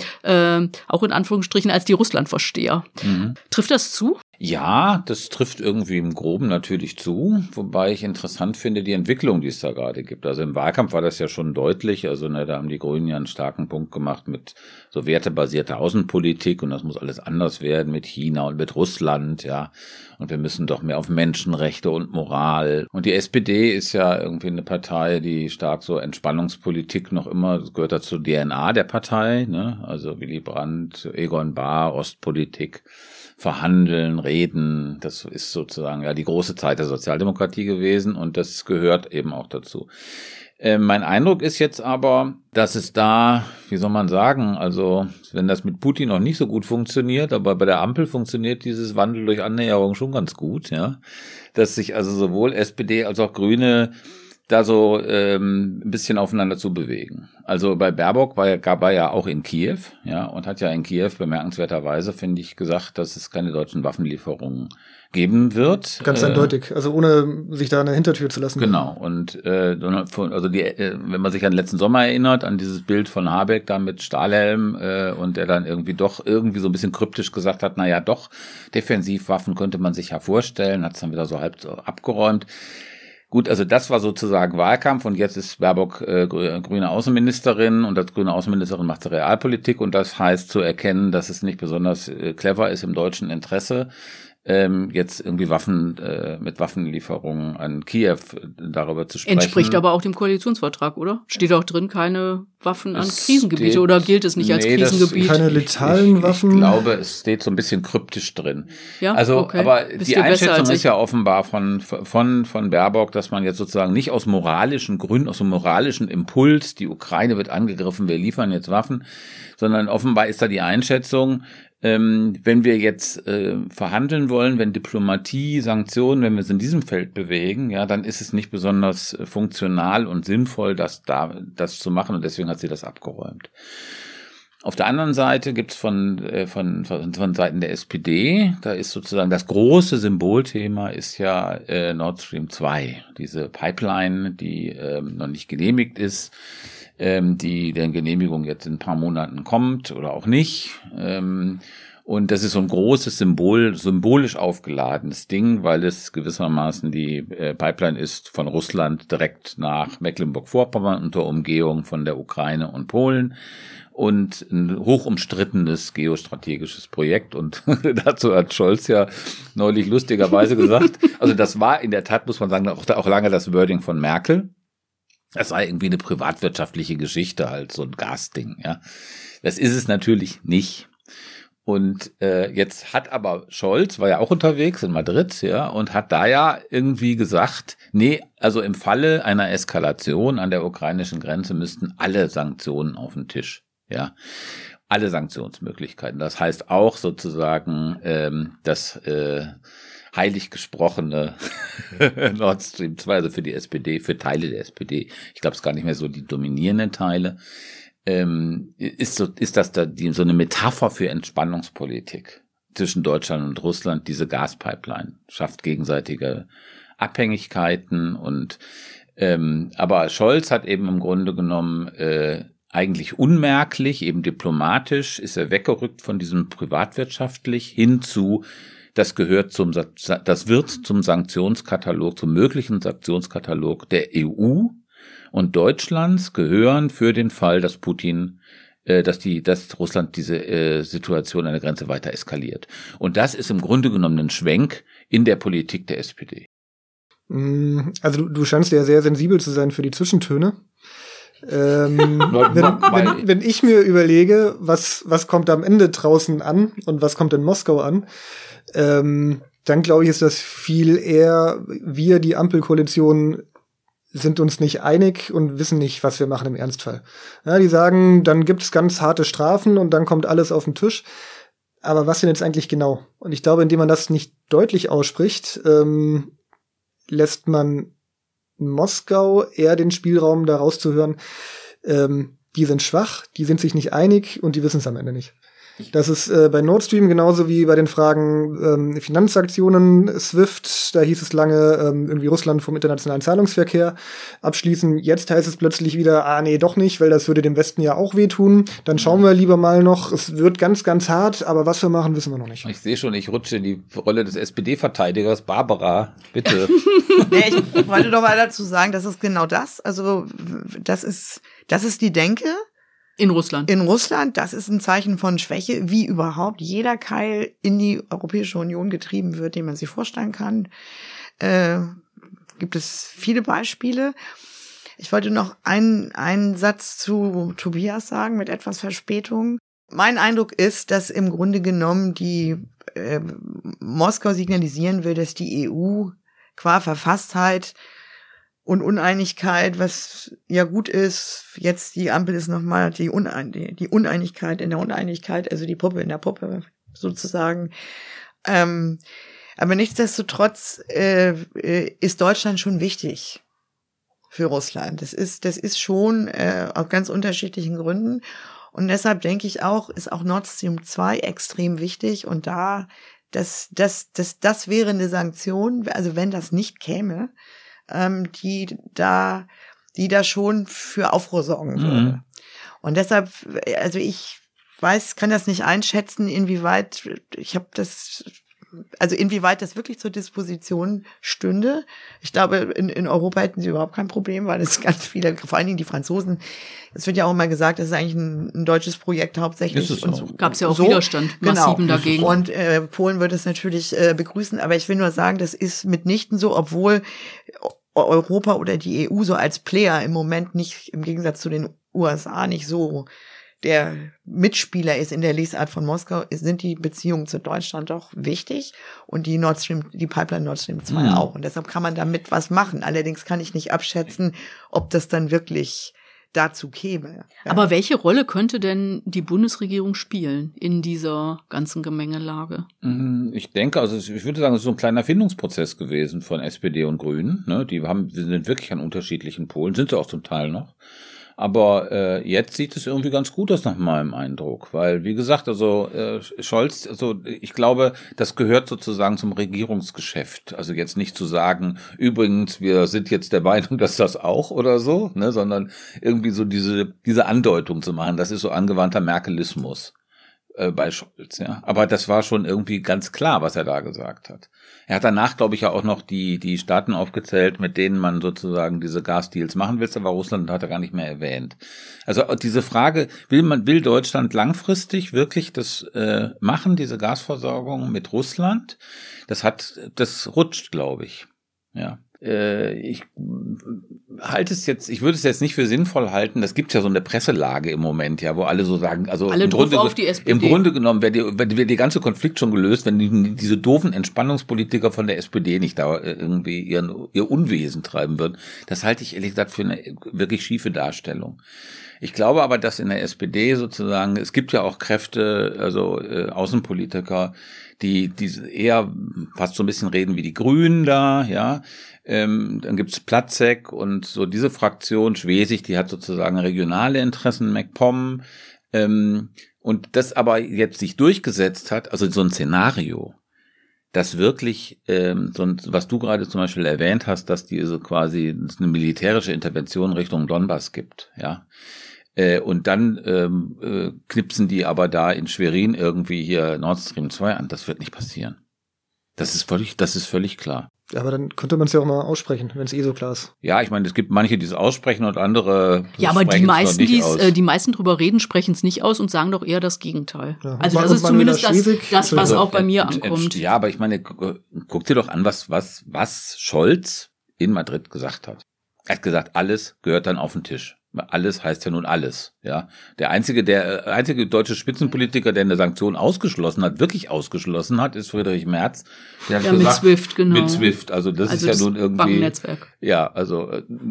S5: auch in Anführungsstrichen als die Russlandversteher. Trifft das zu?
S7: Ja, das trifft irgendwie im Groben natürlich zu, wobei ich interessant finde die Entwicklung, die es da gerade gibt. Also im Wahlkampf war das ja schon deutlich, also da haben die Grünen ja einen starken Punkt gemacht mit so wertebasierter Außenpolitik und das muss alles anders werden mit China und mit Russland, ja. Und wir müssen doch mehr auf Menschenrechte und Moral. Und die SPD ist ja irgendwie eine Partei, die stark so Entspannungspolitik noch immer, das gehört dazu DNA der Partei, ne? Also Willy Brandt, Egon Bahr, Ostpolitik. Verhandeln, reden, das ist sozusagen ja die große Zeit der Sozialdemokratie gewesen und das gehört eben auch dazu. Mein Eindruck ist jetzt aber, dass es da, wie soll man sagen, also wenn das mit Putin noch nicht so gut funktioniert, aber bei der Ampel funktioniert dieses Wandel durch Annäherung schon ganz gut, ja, dass sich also sowohl SPD als auch Grüne da so ein bisschen aufeinander zu bewegen. Also bei Baerbock war er auch in Kiew, ja, und hat ja in Kiew bemerkenswerterweise, finde ich, gesagt, dass es keine deutschen Waffenlieferungen geben wird.
S6: Ganz eindeutig, also ohne sich da eine Hintertür zu lassen.
S7: Genau, und wenn man sich an den letzten Sommer erinnert, an dieses Bild von Habeck da mit Stahlhelm und der dann irgendwie so ein bisschen kryptisch gesagt hat, naja doch, Defensivwaffen könnte man sich ja vorstellen, hat es dann wieder so halb so abgeräumt. Gut, also das war sozusagen Wahlkampf und jetzt ist Baerbock grüne Außenministerin und als grüne Außenministerin macht sie Realpolitik und das heißt zu erkennen, dass es nicht besonders clever ist im deutschen Interesse, jetzt irgendwie mit Waffenlieferungen an Kiew darüber zu sprechen.
S5: Entspricht aber auch dem Koalitionsvertrag, oder? Steht auch drin, keine Waffen an Krisengebiete oder gilt es nicht als Krisengebiet?
S6: Keine letalen Waffen?
S7: Ich glaube, es steht so ein bisschen kryptisch drin.
S5: Ja,
S7: also,
S5: okay.
S7: Aber
S5: Wisst
S7: die
S5: ihr besser
S7: Einschätzung
S5: als ich?
S7: ist ja offenbar von Baerbock, dass man jetzt sozusagen nicht aus moralischen Gründen, aus einem moralischen Impuls, die Ukraine wird angegriffen, wir liefern jetzt Waffen, sondern offenbar ist da die Einschätzung, wenn wir jetzt verhandeln wollen, wenn Diplomatie, Sanktionen, wenn wir es in diesem Feld bewegen, ja, dann ist es nicht besonders funktional und sinnvoll, das zu machen und deswegen hat sie das abgeräumt. Auf der anderen Seite gibt's von Seiten der SPD, da ist sozusagen das große Symbolthema ist ja Nord Stream 2, diese Pipeline, die noch nicht genehmigt ist, die der Genehmigung jetzt in ein paar Monaten kommt oder auch nicht. Und das ist so ein großes symbolisch aufgeladenes Ding, weil es gewissermaßen die Pipeline ist von Russland direkt nach Mecklenburg-Vorpommern unter Umgehung von der Ukraine und Polen. Und ein hoch umstrittenes geostrategisches Projekt. Und dazu hat Scholz ja neulich lustigerweise gesagt, also das war in der Tat, muss man sagen, auch lange das Wording von Merkel. Das sei irgendwie eine privatwirtschaftliche Geschichte, halt so ein Gasding, ja. Das ist es natürlich nicht. Und jetzt hat aber Scholz, war ja auch unterwegs in Madrid, ja, und hat da ja irgendwie gesagt, nee, also im Falle einer Eskalation an der ukrainischen Grenze müssten alle Sanktionen auf den Tisch, ja. Alle Sanktionsmöglichkeiten. Das heißt auch sozusagen, das heilig gesprochene Nord Stream 2, also für die SPD, für Teile der SPD, ich glaube es gar nicht mehr so die dominierenden Teile, ist das da so eine Metapher für Entspannungspolitik zwischen Deutschland und Russland, diese Gaspipeline, schafft gegenseitige Abhängigkeiten und aber Scholz hat eben im Grunde genommen eigentlich unmerklich, eben diplomatisch, ist er weggerückt von diesem privatwirtschaftlich hin zu das wird zum Sanktionskatalog, zum möglichen Sanktionskatalog der EU und Deutschlands gehören für den Fall, dass dass Russland diese Situation an der Grenze weiter eskaliert. Und das ist im Grunde genommen ein Schwenk in der Politik der SPD.
S6: Also du scheinst ja sehr sensibel zu sein für die Zwischentöne. Wenn ich mir überlege, was kommt am Ende draußen an und was kommt in Moskau an, dann glaube ich, ist das viel eher, wir, die Ampelkoalition, sind uns nicht einig und wissen nicht, was wir machen im Ernstfall. Ja, die sagen, dann gibt's ganz harte Strafen und dann kommt alles auf den Tisch. Aber was denn jetzt eigentlich genau? Und ich glaube, indem man das nicht deutlich ausspricht, lässt man Moskau eher den Spielraum, da rauszuhören, die sind schwach, die sind sich nicht einig und die wissen es am Ende nicht. Das ist bei Nord Stream genauso wie bei den Fragen Finanzsanktionen, SWIFT, da hieß es lange irgendwie Russland vom internationalen Zahlungsverkehr abschließen. Jetzt heißt es plötzlich wieder, nee, doch nicht, weil das würde dem Westen ja auch wehtun. Dann schauen wir lieber mal noch, es wird ganz, ganz hart, aber was wir machen, wissen wir noch nicht.
S7: Ich sehe schon, ich rutsche in die Rolle des SPD-Verteidigers. Barbara, bitte.
S8: Nee, ich wollte doch mal dazu sagen, das ist genau das. Also das ist die Denke.
S5: In Russland.
S8: In Russland, das ist ein Zeichen von Schwäche, wie überhaupt jeder Keil in die Europäische Union getrieben wird, den man sich vorstellen kann. Gibt es viele Beispiele. Ich wollte noch einen Satz zu Tobias sagen, mit etwas Verspätung. Mein Eindruck ist, dass im Grunde genommen die Moskau signalisieren will, dass die EU qua Verfasstheit und Uneinigkeit, was ja gut ist, jetzt die Ampel ist nochmal die Uneinigkeit in der Uneinigkeit, also die Puppe in der Puppe sozusagen. Aber nichtsdestotrotz ist Deutschland schon wichtig für Russland. Das ist schon aus ganz unterschiedlichen Gründen. Und deshalb denke ich auch, ist auch Nord Stream 2 extrem wichtig. Und das wäre eine Sanktion, also wenn das nicht käme, die da schon für Aufruhr sorgen würde. Und deshalb, also ich kann das nicht einschätzen, inwieweit, ich habe das also inwieweit das wirklich zur Disposition stünde. Ich glaube, in Europa hätten sie überhaupt kein Problem, weil es ganz viele, vor allen Dingen die Franzosen, es wird ja auch immer gesagt, das ist eigentlich ein deutsches Projekt hauptsächlich.
S7: Ist es auch.
S5: Gab es ja auch Widerstand, massiven dagegen.
S8: Und Polen würde es natürlich begrüßen, aber ich will nur sagen, das ist mitnichten so, obwohl Europa oder die EU so als Player im Moment nicht, im Gegensatz zu den USA, nicht so der Mitspieler ist in der Lesart von Moskau, sind die Beziehungen zu Deutschland doch wichtig und die Pipeline Nord Stream 2 auch. Und deshalb kann man damit was machen. Allerdings kann ich nicht abschätzen, ob das dann wirklich dazu käme. Ja.
S5: Aber welche Rolle könnte denn die Bundesregierung spielen in dieser ganzen Gemengelage?
S7: Ich denke, also ich würde sagen, es ist so ein kleiner Findungsprozess gewesen von SPD und Grünen. Ne? Wir sind wirklich an unterschiedlichen Polen, sind sie auch zum Teil noch. Aber jetzt sieht es irgendwie ganz gut aus nach meinem Eindruck, weil, wie gesagt, also Scholz, also ich glaube, das gehört sozusagen zum Regierungsgeschäft. Also jetzt nicht zu sagen, übrigens, wir sind jetzt der Meinung, dass das auch oder so, ne, sondern irgendwie so diese Andeutung zu machen. Das ist so angewandter Merkelismus bei Scholz, ja. Aber das war schon irgendwie ganz klar, was er da gesagt hat. Er hat danach, glaube ich, ja auch noch die Staaten aufgezählt, mit denen man sozusagen diese Gasdeals machen will, aber Russland hat er gar nicht mehr erwähnt. Also diese Frage, will Deutschland langfristig wirklich das machen, diese Gasversorgung mit Russland? Das rutscht, glaube ich. Ja. Ich würde es jetzt nicht für sinnvoll halten, das gibt ja so eine Presselage im Moment, ja, wo alle so sagen, also
S5: alle auf die SPD.
S7: Im Grunde genommen wäre der ganze Konflikt schon gelöst, wenn diese doofen Entspannungspolitiker von der SPD nicht da irgendwie ihr Unwesen treiben würden. Das halte ich ehrlich gesagt für eine wirklich schiefe Darstellung. Ich glaube aber, dass in der SPD sozusagen, es gibt ja auch Kräfte, also Außenpolitiker, die eher fast so ein bisschen reden wie die Grünen da, ja. Dann gibt's Platzek und so diese Fraktion, Schwesig, die hat sozusagen regionale Interessen, MacPom. Und das aber jetzt sich durchgesetzt hat, also so ein Szenario, dass wirklich, was du gerade zum Beispiel erwähnt hast, dass diese quasi eine militärische Intervention Richtung Donbass gibt, ja. Und dann knipsen die aber da in Schwerin irgendwie hier Nord Stream 2 an. Das wird nicht passieren. Das ist völlig klar.
S6: Aber dann könnte man es ja auch mal aussprechen, wenn es so klar ist.
S7: Ja, ich meine, es gibt manche, die es aussprechen und andere
S5: ja, aber die meisten drüber reden, sprechen es nicht aus und sagen doch eher das Gegenteil. Ja, also das ist zumindest das, was auch bei mir ankommt.
S7: Ja, aber ich meine, guck dir doch an, was Scholz in Madrid gesagt hat. Er hat gesagt, alles gehört dann auf den Tisch. Alles heißt ja nun alles, ja. Der einzige deutsche Spitzenpolitiker, der eine Sanktion wirklich ausgeschlossen hat, ist Friedrich Merz. Der hat gesagt,
S5: mit SWIFT, genau.
S7: Mit SWIFT, also das ist ja nun irgendwie.
S5: Bankennetzwerk.
S7: Ja, also,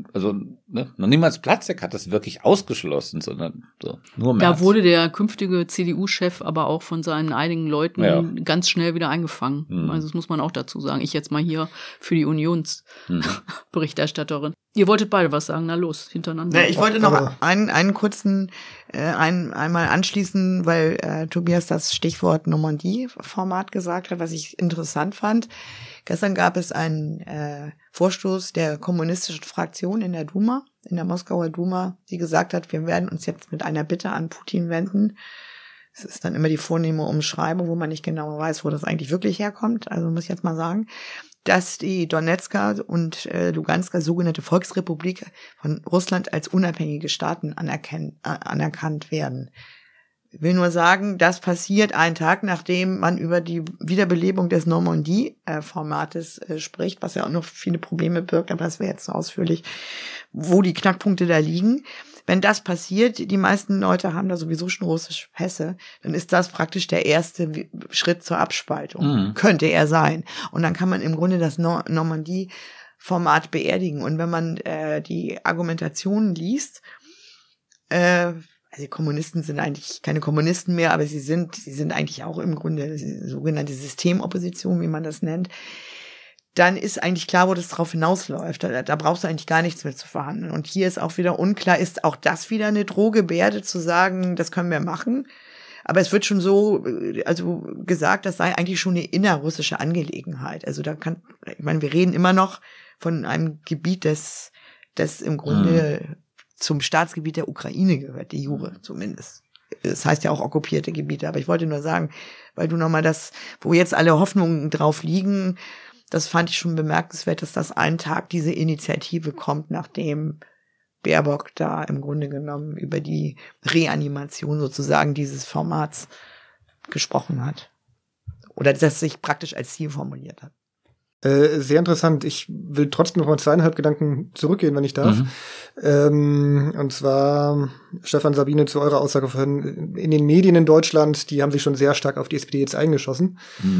S7: ne, noch niemals Platzek hat das wirklich ausgeschlossen, sondern so, nur Merz.
S5: Da wurde der künftige CDU-Chef aber auch von seinen einigen Leuten ganz schnell wieder eingefangen. Also das muss man auch dazu sagen. Ich jetzt mal hier für die Unionsberichterstatterin. Ihr wolltet beide was sagen, na los, hintereinander.
S8: Ja, ich wollte noch einen kurzen einmal anschließen, weil Tobias das Stichwort Normandie-Format gesagt hat, was ich interessant fand. Gestern gab es einen Vorstoß der kommunistischen Fraktion in der Duma, in der Moskauer Duma, die gesagt hat, wir werden uns jetzt mit einer Bitte an Putin wenden. Es ist dann immer die vornehme Umschreibung, wo man nicht genau weiß, wo das eigentlich wirklich herkommt. Also muss ich jetzt mal sagen, dass die Donetsker und Lugansker sogenannte Volksrepublik von Russland als unabhängige Staaten anerkannt werden. Ich will nur sagen, das passiert einen Tag, nachdem man über die Wiederbelebung des Normandie-Formates spricht, was ja auch noch viele Probleme birgt, aber das wäre jetzt so ausführlich, wo die Knackpunkte da liegen. Wenn das passiert, die meisten Leute haben da sowieso schon russische Pässe, dann ist das praktisch der erste Schritt zur Abspaltung. Könnte er sein. Und dann kann man im Grunde das Normandie-Format beerdigen. Und wenn man die Argumentationen liest, also die Kommunisten sind eigentlich keine Kommunisten mehr, aber sie sind eigentlich auch im Grunde sogenannte Systemopposition, wie man das nennt, dann ist eigentlich klar, wo das drauf hinausläuft. Da brauchst du eigentlich gar nichts mehr zu verhandeln. Und hier ist auch wieder unklar, ist auch das wieder eine Drohgebärde zu sagen, das können wir machen. Aber es wird schon so, also gesagt, das sei eigentlich schon eine innerrussische Angelegenheit. Also ich meine, wir reden immer noch von einem Gebiet, das im Grunde zum Staatsgebiet der Ukraine gehört, die jure zumindest. es heißt ja auch okkupierte Gebiete, aber ich wollte nur sagen, weil du nochmal das, wo jetzt alle Hoffnungen drauf liegen, das fand ich schon bemerkenswert, dass das einen Tag diese Initiative kommt, nachdem Baerbock da im Grunde genommen über die Reanimation sozusagen dieses Formats gesprochen hat. Oder das sich praktisch als Ziel formuliert hat.
S6: Sehr interessant. Ich will trotzdem noch mal 2,5 Gedanken zurückgehen, wenn ich darf. Und zwar, Stefan, Sabine, zu eurer Aussage vorhin, in den Medien in Deutschland, die haben sich schon sehr stark auf die SPD jetzt eingeschossen.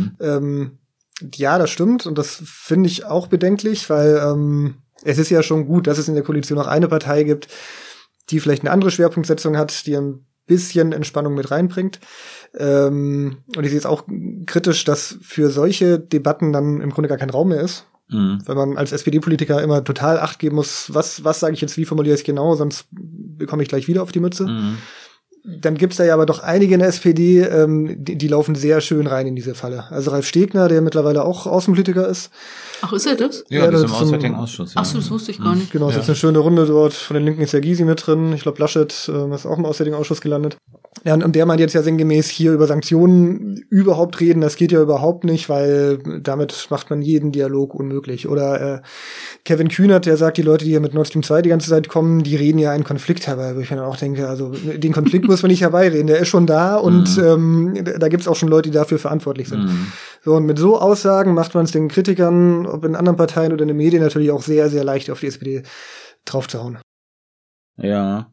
S6: Ja, das stimmt und das finde ich auch bedenklich, weil es ist ja schon gut, dass es in der Koalition auch eine Partei gibt, die vielleicht eine andere Schwerpunktsetzung hat, die ein bisschen Entspannung mit reinbringt. Und ich sehe jetzt auch kritisch, dass für solche Debatten dann im Grunde gar kein Raum mehr ist. Weil man als SPD-Politiker immer total Acht geben muss, was sage ich jetzt, wie formuliere ich es genau, sonst bekomme ich gleich wieder auf die Mütze. Dann gibt's da ja aber doch einige in der SPD, die laufen sehr schön rein in diese Falle. Also Ralf Stegner, der mittlerweile auch Außenpolitiker ist.
S5: Ach, ist er das?
S7: Ja, das ist im Auswärtigen Ausschuss. Ja.
S5: Ach so, das wusste ich gar nicht.
S6: Genau, es ist eine schöne Runde dort. Von den Linken ist ja Gysi mit drin. Ich glaube, Laschet ist auch im Auswärtigen Ausschuss gelandet. Ja, und der meint jetzt ja sinngemäß hier über Sanktionen überhaupt reden. Das geht ja überhaupt nicht, weil damit macht man jeden Dialog unmöglich. Oder Kevin Kühnert, der sagt, die Leute, die hier mit Nord Stream 2 die ganze Zeit kommen, die reden ja einen Konflikt herbei. Wo ich mir dann auch denke, also den Konflikt muss man nicht herbeireden. Der ist schon da und da gibt's auch schon Leute, die dafür verantwortlich sind. So, und mit so Aussagen macht man es den Kritikern, ob in anderen Parteien oder in den Medien, natürlich auch sehr, sehr leicht auf die SPD draufzuhauen.
S7: Ja,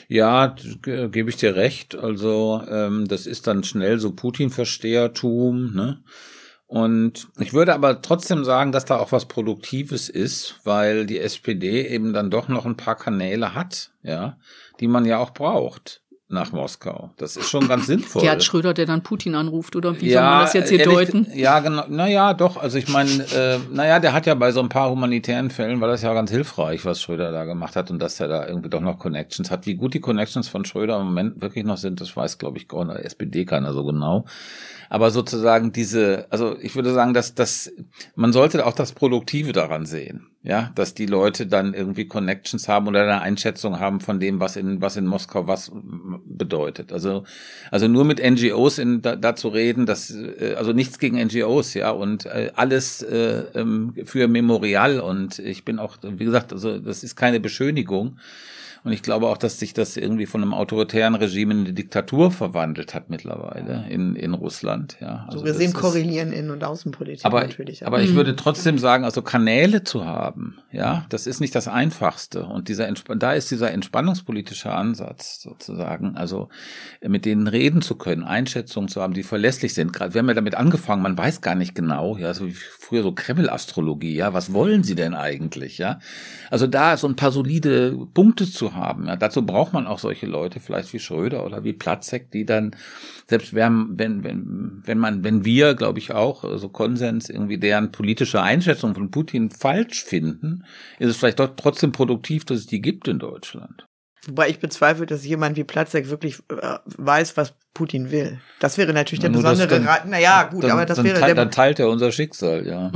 S7: gebe ich dir recht. Also das ist dann schnell so Putin-Verstehertum, ne? Und ich würde aber trotzdem sagen, dass da auch was Produktives ist, weil die SPD eben dann doch noch ein paar Kanäle hat, ja, die man ja auch braucht nach Moskau. Das ist schon ganz sinnvoll.
S5: Gerhard Schröder, der dann Putin anruft, oder wie soll man das jetzt hier deuten?
S7: Ja, genau. Naja, doch. Also ich meine, der hat ja bei so ein paar humanitären Fällen, war das ja ganz hilfreich, was Schröder da gemacht hat und dass er da irgendwie doch noch Connections hat. Wie gut die Connections von Schröder im Moment wirklich noch sind, das weiß, glaube ich, in der SPD keiner so genau. Aber sozusagen also ich würde sagen, dass man sollte auch das Produktive daran sehen, ja, dass die Leute dann irgendwie Connections haben oder eine Einschätzung haben von dem, was in Moskau was bedeutet. Also nur mit NGOs da zu reden, also nichts gegen NGOs, ja, und alles für Memorial und ich bin auch, wie gesagt, also das ist keine Beschönigung. Und ich glaube auch, dass sich das irgendwie von einem autoritären Regime in eine Diktatur verwandelt hat mittlerweile in Russland. Ja,
S8: also wir sehen korrelieren Innen- und Außenpolitik natürlich.
S7: Aber ich würde trotzdem sagen, also Kanäle zu haben, ja, das ist nicht das Einfachste. Und da ist dieser entspannungspolitische Ansatz sozusagen, also mit denen reden zu können, Einschätzungen zu haben, die verlässlich sind. Gerade wir haben ja damit angefangen, man weiß gar nicht genau, ja, so wie früher so Kreml-Astrologie, ja, was wollen sie denn eigentlich, ja? Also da so ein paar solide Punkte zu haben. Ja, dazu braucht man auch solche Leute, vielleicht wie Schröder oder wie Platzek, die dann, selbst wenn wir, glaube ich auch, so Konsens irgendwie deren politische Einschätzung von Putin falsch finden, ist es vielleicht doch trotzdem produktiv, dass es die gibt in Deutschland.
S8: Wobei ich bezweifle, dass jemand wie Platzek wirklich weiß, was Putin will. Das wäre natürlich der besondere Rat. Naja, gut, aber das wäre
S7: dann teilt er unser Schicksal, ja.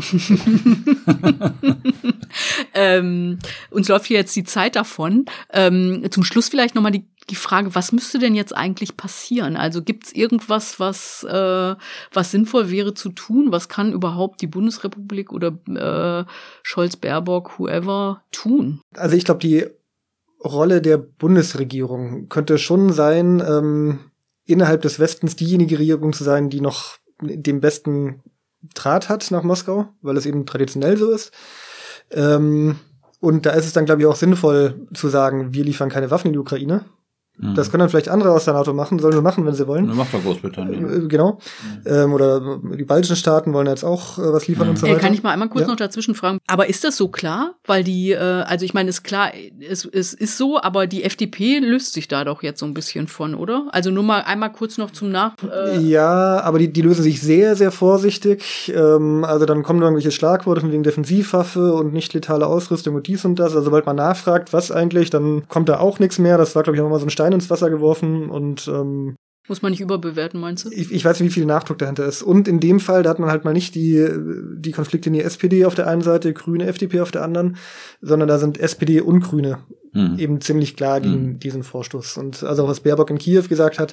S5: Uns läuft hier jetzt die Zeit davon. Zum Schluss vielleicht nochmal die Frage, was müsste denn jetzt eigentlich passieren? Also gibt's irgendwas, was sinnvoll wäre zu tun? Was kann überhaupt die Bundesrepublik oder Scholz, Baerbock, whoever tun?
S6: Also ich glaube, die Rolle der Bundesregierung könnte schon sein, innerhalb des Westens diejenige Regierung zu sein, die noch den besten Draht hat nach Moskau, weil es eben traditionell so ist. Und da ist es dann, glaube ich, auch sinnvoll zu sagen, wir liefern keine Waffen in die Ukraine. Das können dann vielleicht andere aus der NATO machen, sollen wir machen, wenn sie wollen.
S7: Das macht doch Großbritannien.
S6: Genau. Oder die baltischen Staaten wollen jetzt auch was liefern und so weiter.
S5: Kann ich mal einmal kurz noch dazwischen fragen? Aber ist das so klar? Weil also ich meine, ist klar, es ist so, aber die FDP löst sich da doch jetzt so ein bisschen von, oder? Also nur mal einmal kurz noch zum
S6: Ja, aber die lösen sich sehr, sehr vorsichtig. Also dann kommen irgendwelche Schlagworte von wegen Defensivwaffe und nicht letale Ausrüstung und dies und das. Also sobald man nachfragt, was eigentlich, dann kommt da auch nichts mehr. Das war, glaube ich, auch mal so ein Stein ins Wasser geworfen und
S5: muss man nicht überbewerten, meinst du?
S6: Ich weiß nicht, wie viel Nachdruck dahinter ist. Und in dem Fall, da hat man halt mal nicht die Konflikte in die SPD auf der einen Seite, Grüne, FDP auf der anderen, sondern da sind SPD und Grüne eben ziemlich klar gegen diesen Vorstoß. Und also was Baerbock in Kiew gesagt hat,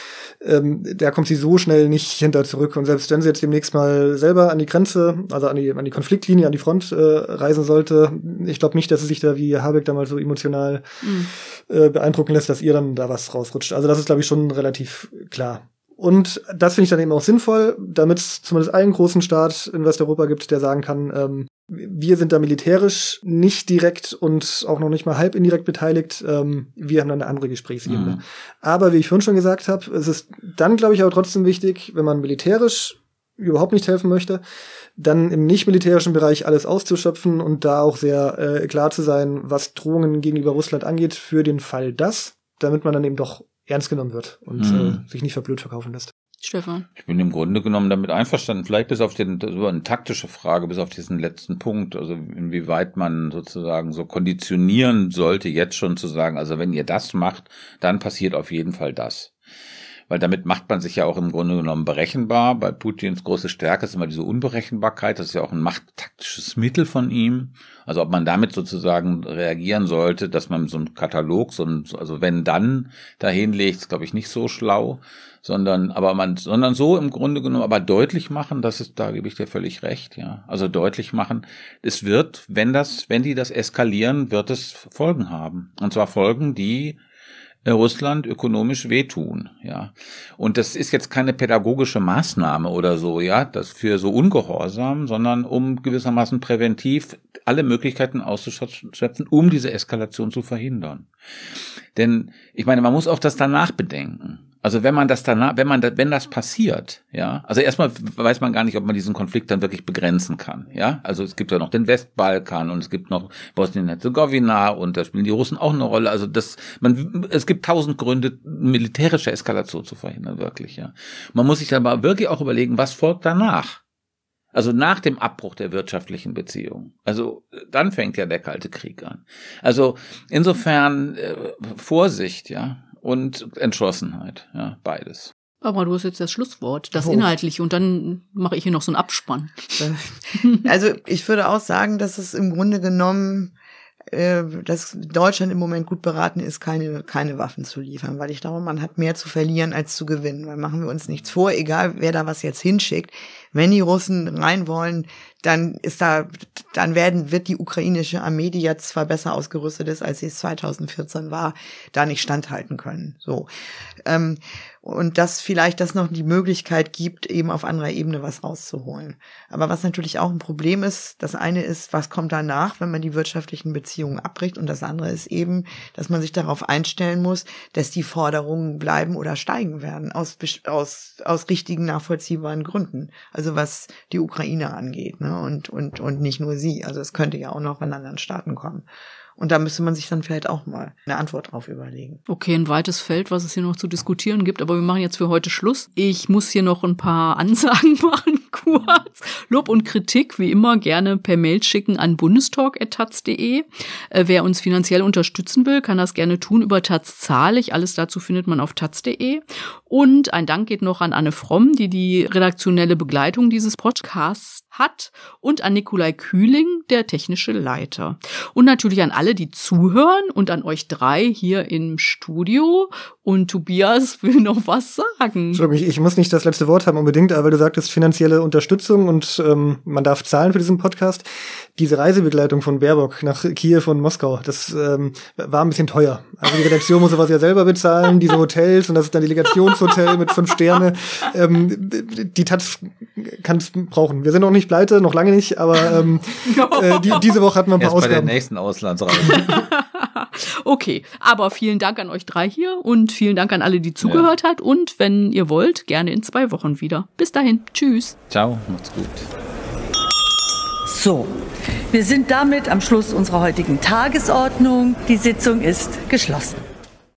S6: da kommt sie so schnell nicht hinter zurück. Und selbst wenn sie jetzt demnächst mal selber an die Grenze, also an die Konfliktlinie, an die Front reisen sollte, ich glaube nicht, dass sie sich da wie Habeck damals so emotional beeindrucken lässt, dass ihr dann da was rausrutscht. Also das ist, glaube ich, schon relativ klar. Und das finde ich dann eben auch sinnvoll, damit es zumindest einen großen Staat in Westeuropa gibt, der sagen kann, wir sind da militärisch nicht direkt und auch noch nicht mal halb indirekt beteiligt. Wir haben dann eine andere Gesprächsebene. Aber wie ich vorhin schon gesagt habe, es ist dann, glaube ich, aber trotzdem wichtig, wenn man militärisch überhaupt nicht helfen möchte, dann im nicht-militärischen Bereich alles auszuschöpfen und da auch sehr klar zu sein, was Drohungen gegenüber Russland angeht, für den Fall damit man dann eben doch ernst genommen wird und sich nicht verblöd verkaufen lässt.
S5: Stefan?
S7: Ich bin im Grunde genommen damit einverstanden. Vielleicht bis auf eine taktische Frage, bis auf diesen letzten Punkt, also inwieweit man sozusagen so konditionieren sollte, jetzt schon zu sagen, also wenn ihr das macht, dann passiert auf jeden Fall das. Weil damit macht man sich ja auch im Grunde genommen berechenbar. Bei Putins große Stärke ist immer diese Unberechenbarkeit. Das ist ja auch ein machttaktisches Mittel von ihm. Also ob man damit sozusagen reagieren sollte, dass man so einen Katalog, also wenn dann dahin legt, ist glaube ich nicht so schlau, sondern so im Grunde genommen, aber deutlich machen, da gebe ich dir völlig recht, ja. Also deutlich machen, es wird, wenn die das eskalieren, wird es Folgen haben. Und zwar Folgen, die Russland ökonomisch wehtun, ja. Und das ist jetzt keine pädagogische Maßnahme oder so, ja, das für so Ungehorsam, sondern um gewissermaßen präventiv alle Möglichkeiten auszuschöpfen, um diese Eskalation zu verhindern. Denn, ich meine, man muss auch das danach bedenken. Also wenn das passiert, ja, also erstmal weiß man gar nicht, ob man diesen Konflikt dann wirklich begrenzen kann, ja. Also es gibt ja noch den Westbalkan und es gibt noch Bosnien-Herzegowina und da spielen die Russen auch eine Rolle. Also es gibt 1000 Gründe, militärische Eskalation zu verhindern, wirklich, ja. Man muss sich aber wirklich auch überlegen, was folgt danach. Also nach dem Abbruch der wirtschaftlichen Beziehungen. Also dann fängt ja der Kalte Krieg an. Also insofern Vorsicht, ja. Und Entschlossenheit, ja, beides.
S5: Aber du hast jetzt das Schlusswort, das Inhaltliche, und dann mache ich hier noch so einen Abspann.
S8: Also ich würde auch sagen, dass es im Grunde genommen, dass Deutschland im Moment gut beraten ist, keine Waffen zu liefern, weil ich glaube, man hat mehr zu verlieren als zu gewinnen. Weil machen wir uns nichts vor, egal wer da was jetzt hinschickt. Wenn die Russen rein wollen, dann wird die ukrainische Armee, die jetzt zwar besser ausgerüstet ist, als sie es 2014 war, da nicht standhalten können. So. Und dass vielleicht das noch die Möglichkeit gibt, eben auf anderer Ebene was rauszuholen. Aber was natürlich auch ein Problem ist, das eine ist, was kommt danach, wenn man die wirtschaftlichen Beziehungen abbricht, und das andere ist eben, dass man sich darauf einstellen muss, dass die Forderungen bleiben oder steigen werden, aus richtigen, nachvollziehbaren Gründen. Also was die Ukraine angeht, ne? Und nicht nur sie. Also es könnte ja auch noch von anderen Staaten kommen. Und da müsste man sich dann vielleicht auch mal eine Antwort drauf überlegen.
S5: Okay, ein weites Feld, was es hier noch zu diskutieren gibt. Aber wir machen jetzt für heute Schluss. Ich muss hier noch ein paar Ansagen machen, kurz. Lob und Kritik, wie immer, gerne per Mail schicken an bundestalk@taz.de. Wer uns finanziell unterstützen will, kann das gerne tun über Taz zahlig. Alles dazu findet man auf taz.de. Und ein Dank geht noch an Anne Fromm, die redaktionelle Begleitung dieses Podcasts hat, und an Nikolai Kühling, der technische Leiter. Und natürlich an alle, die zuhören, und an euch drei hier im Studio. Und Tobias will noch was sagen.
S6: Ich muss nicht das letzte Wort haben unbedingt, aber weil du sagtest finanzielle Unterstützung und man darf zahlen für diesen Podcast. Diese Reisebegleitung von Baerbock nach Kiew und Moskau, das war ein bisschen teuer. Also die Redaktion muss sowas ja selber bezahlen, diese Hotels, und das ist dann Delegationshotel mit 5 Sterne. Die Taz kann es brauchen. Wir sind noch nicht pleite, noch lange nicht, aber diese Woche hatten wir ein paar Ausgaben.
S7: Bei der nächsten Auslandsreise.
S5: Okay, aber vielen Dank an euch drei hier und vielen Dank an alle, die zugehört hat, und wenn ihr wollt, gerne in 2 Wochen wieder. Bis dahin, tschüss.
S7: Ciao, macht's gut.
S2: So, wir sind damit am Schluss unserer heutigen Tagesordnung. Die Sitzung ist geschlossen.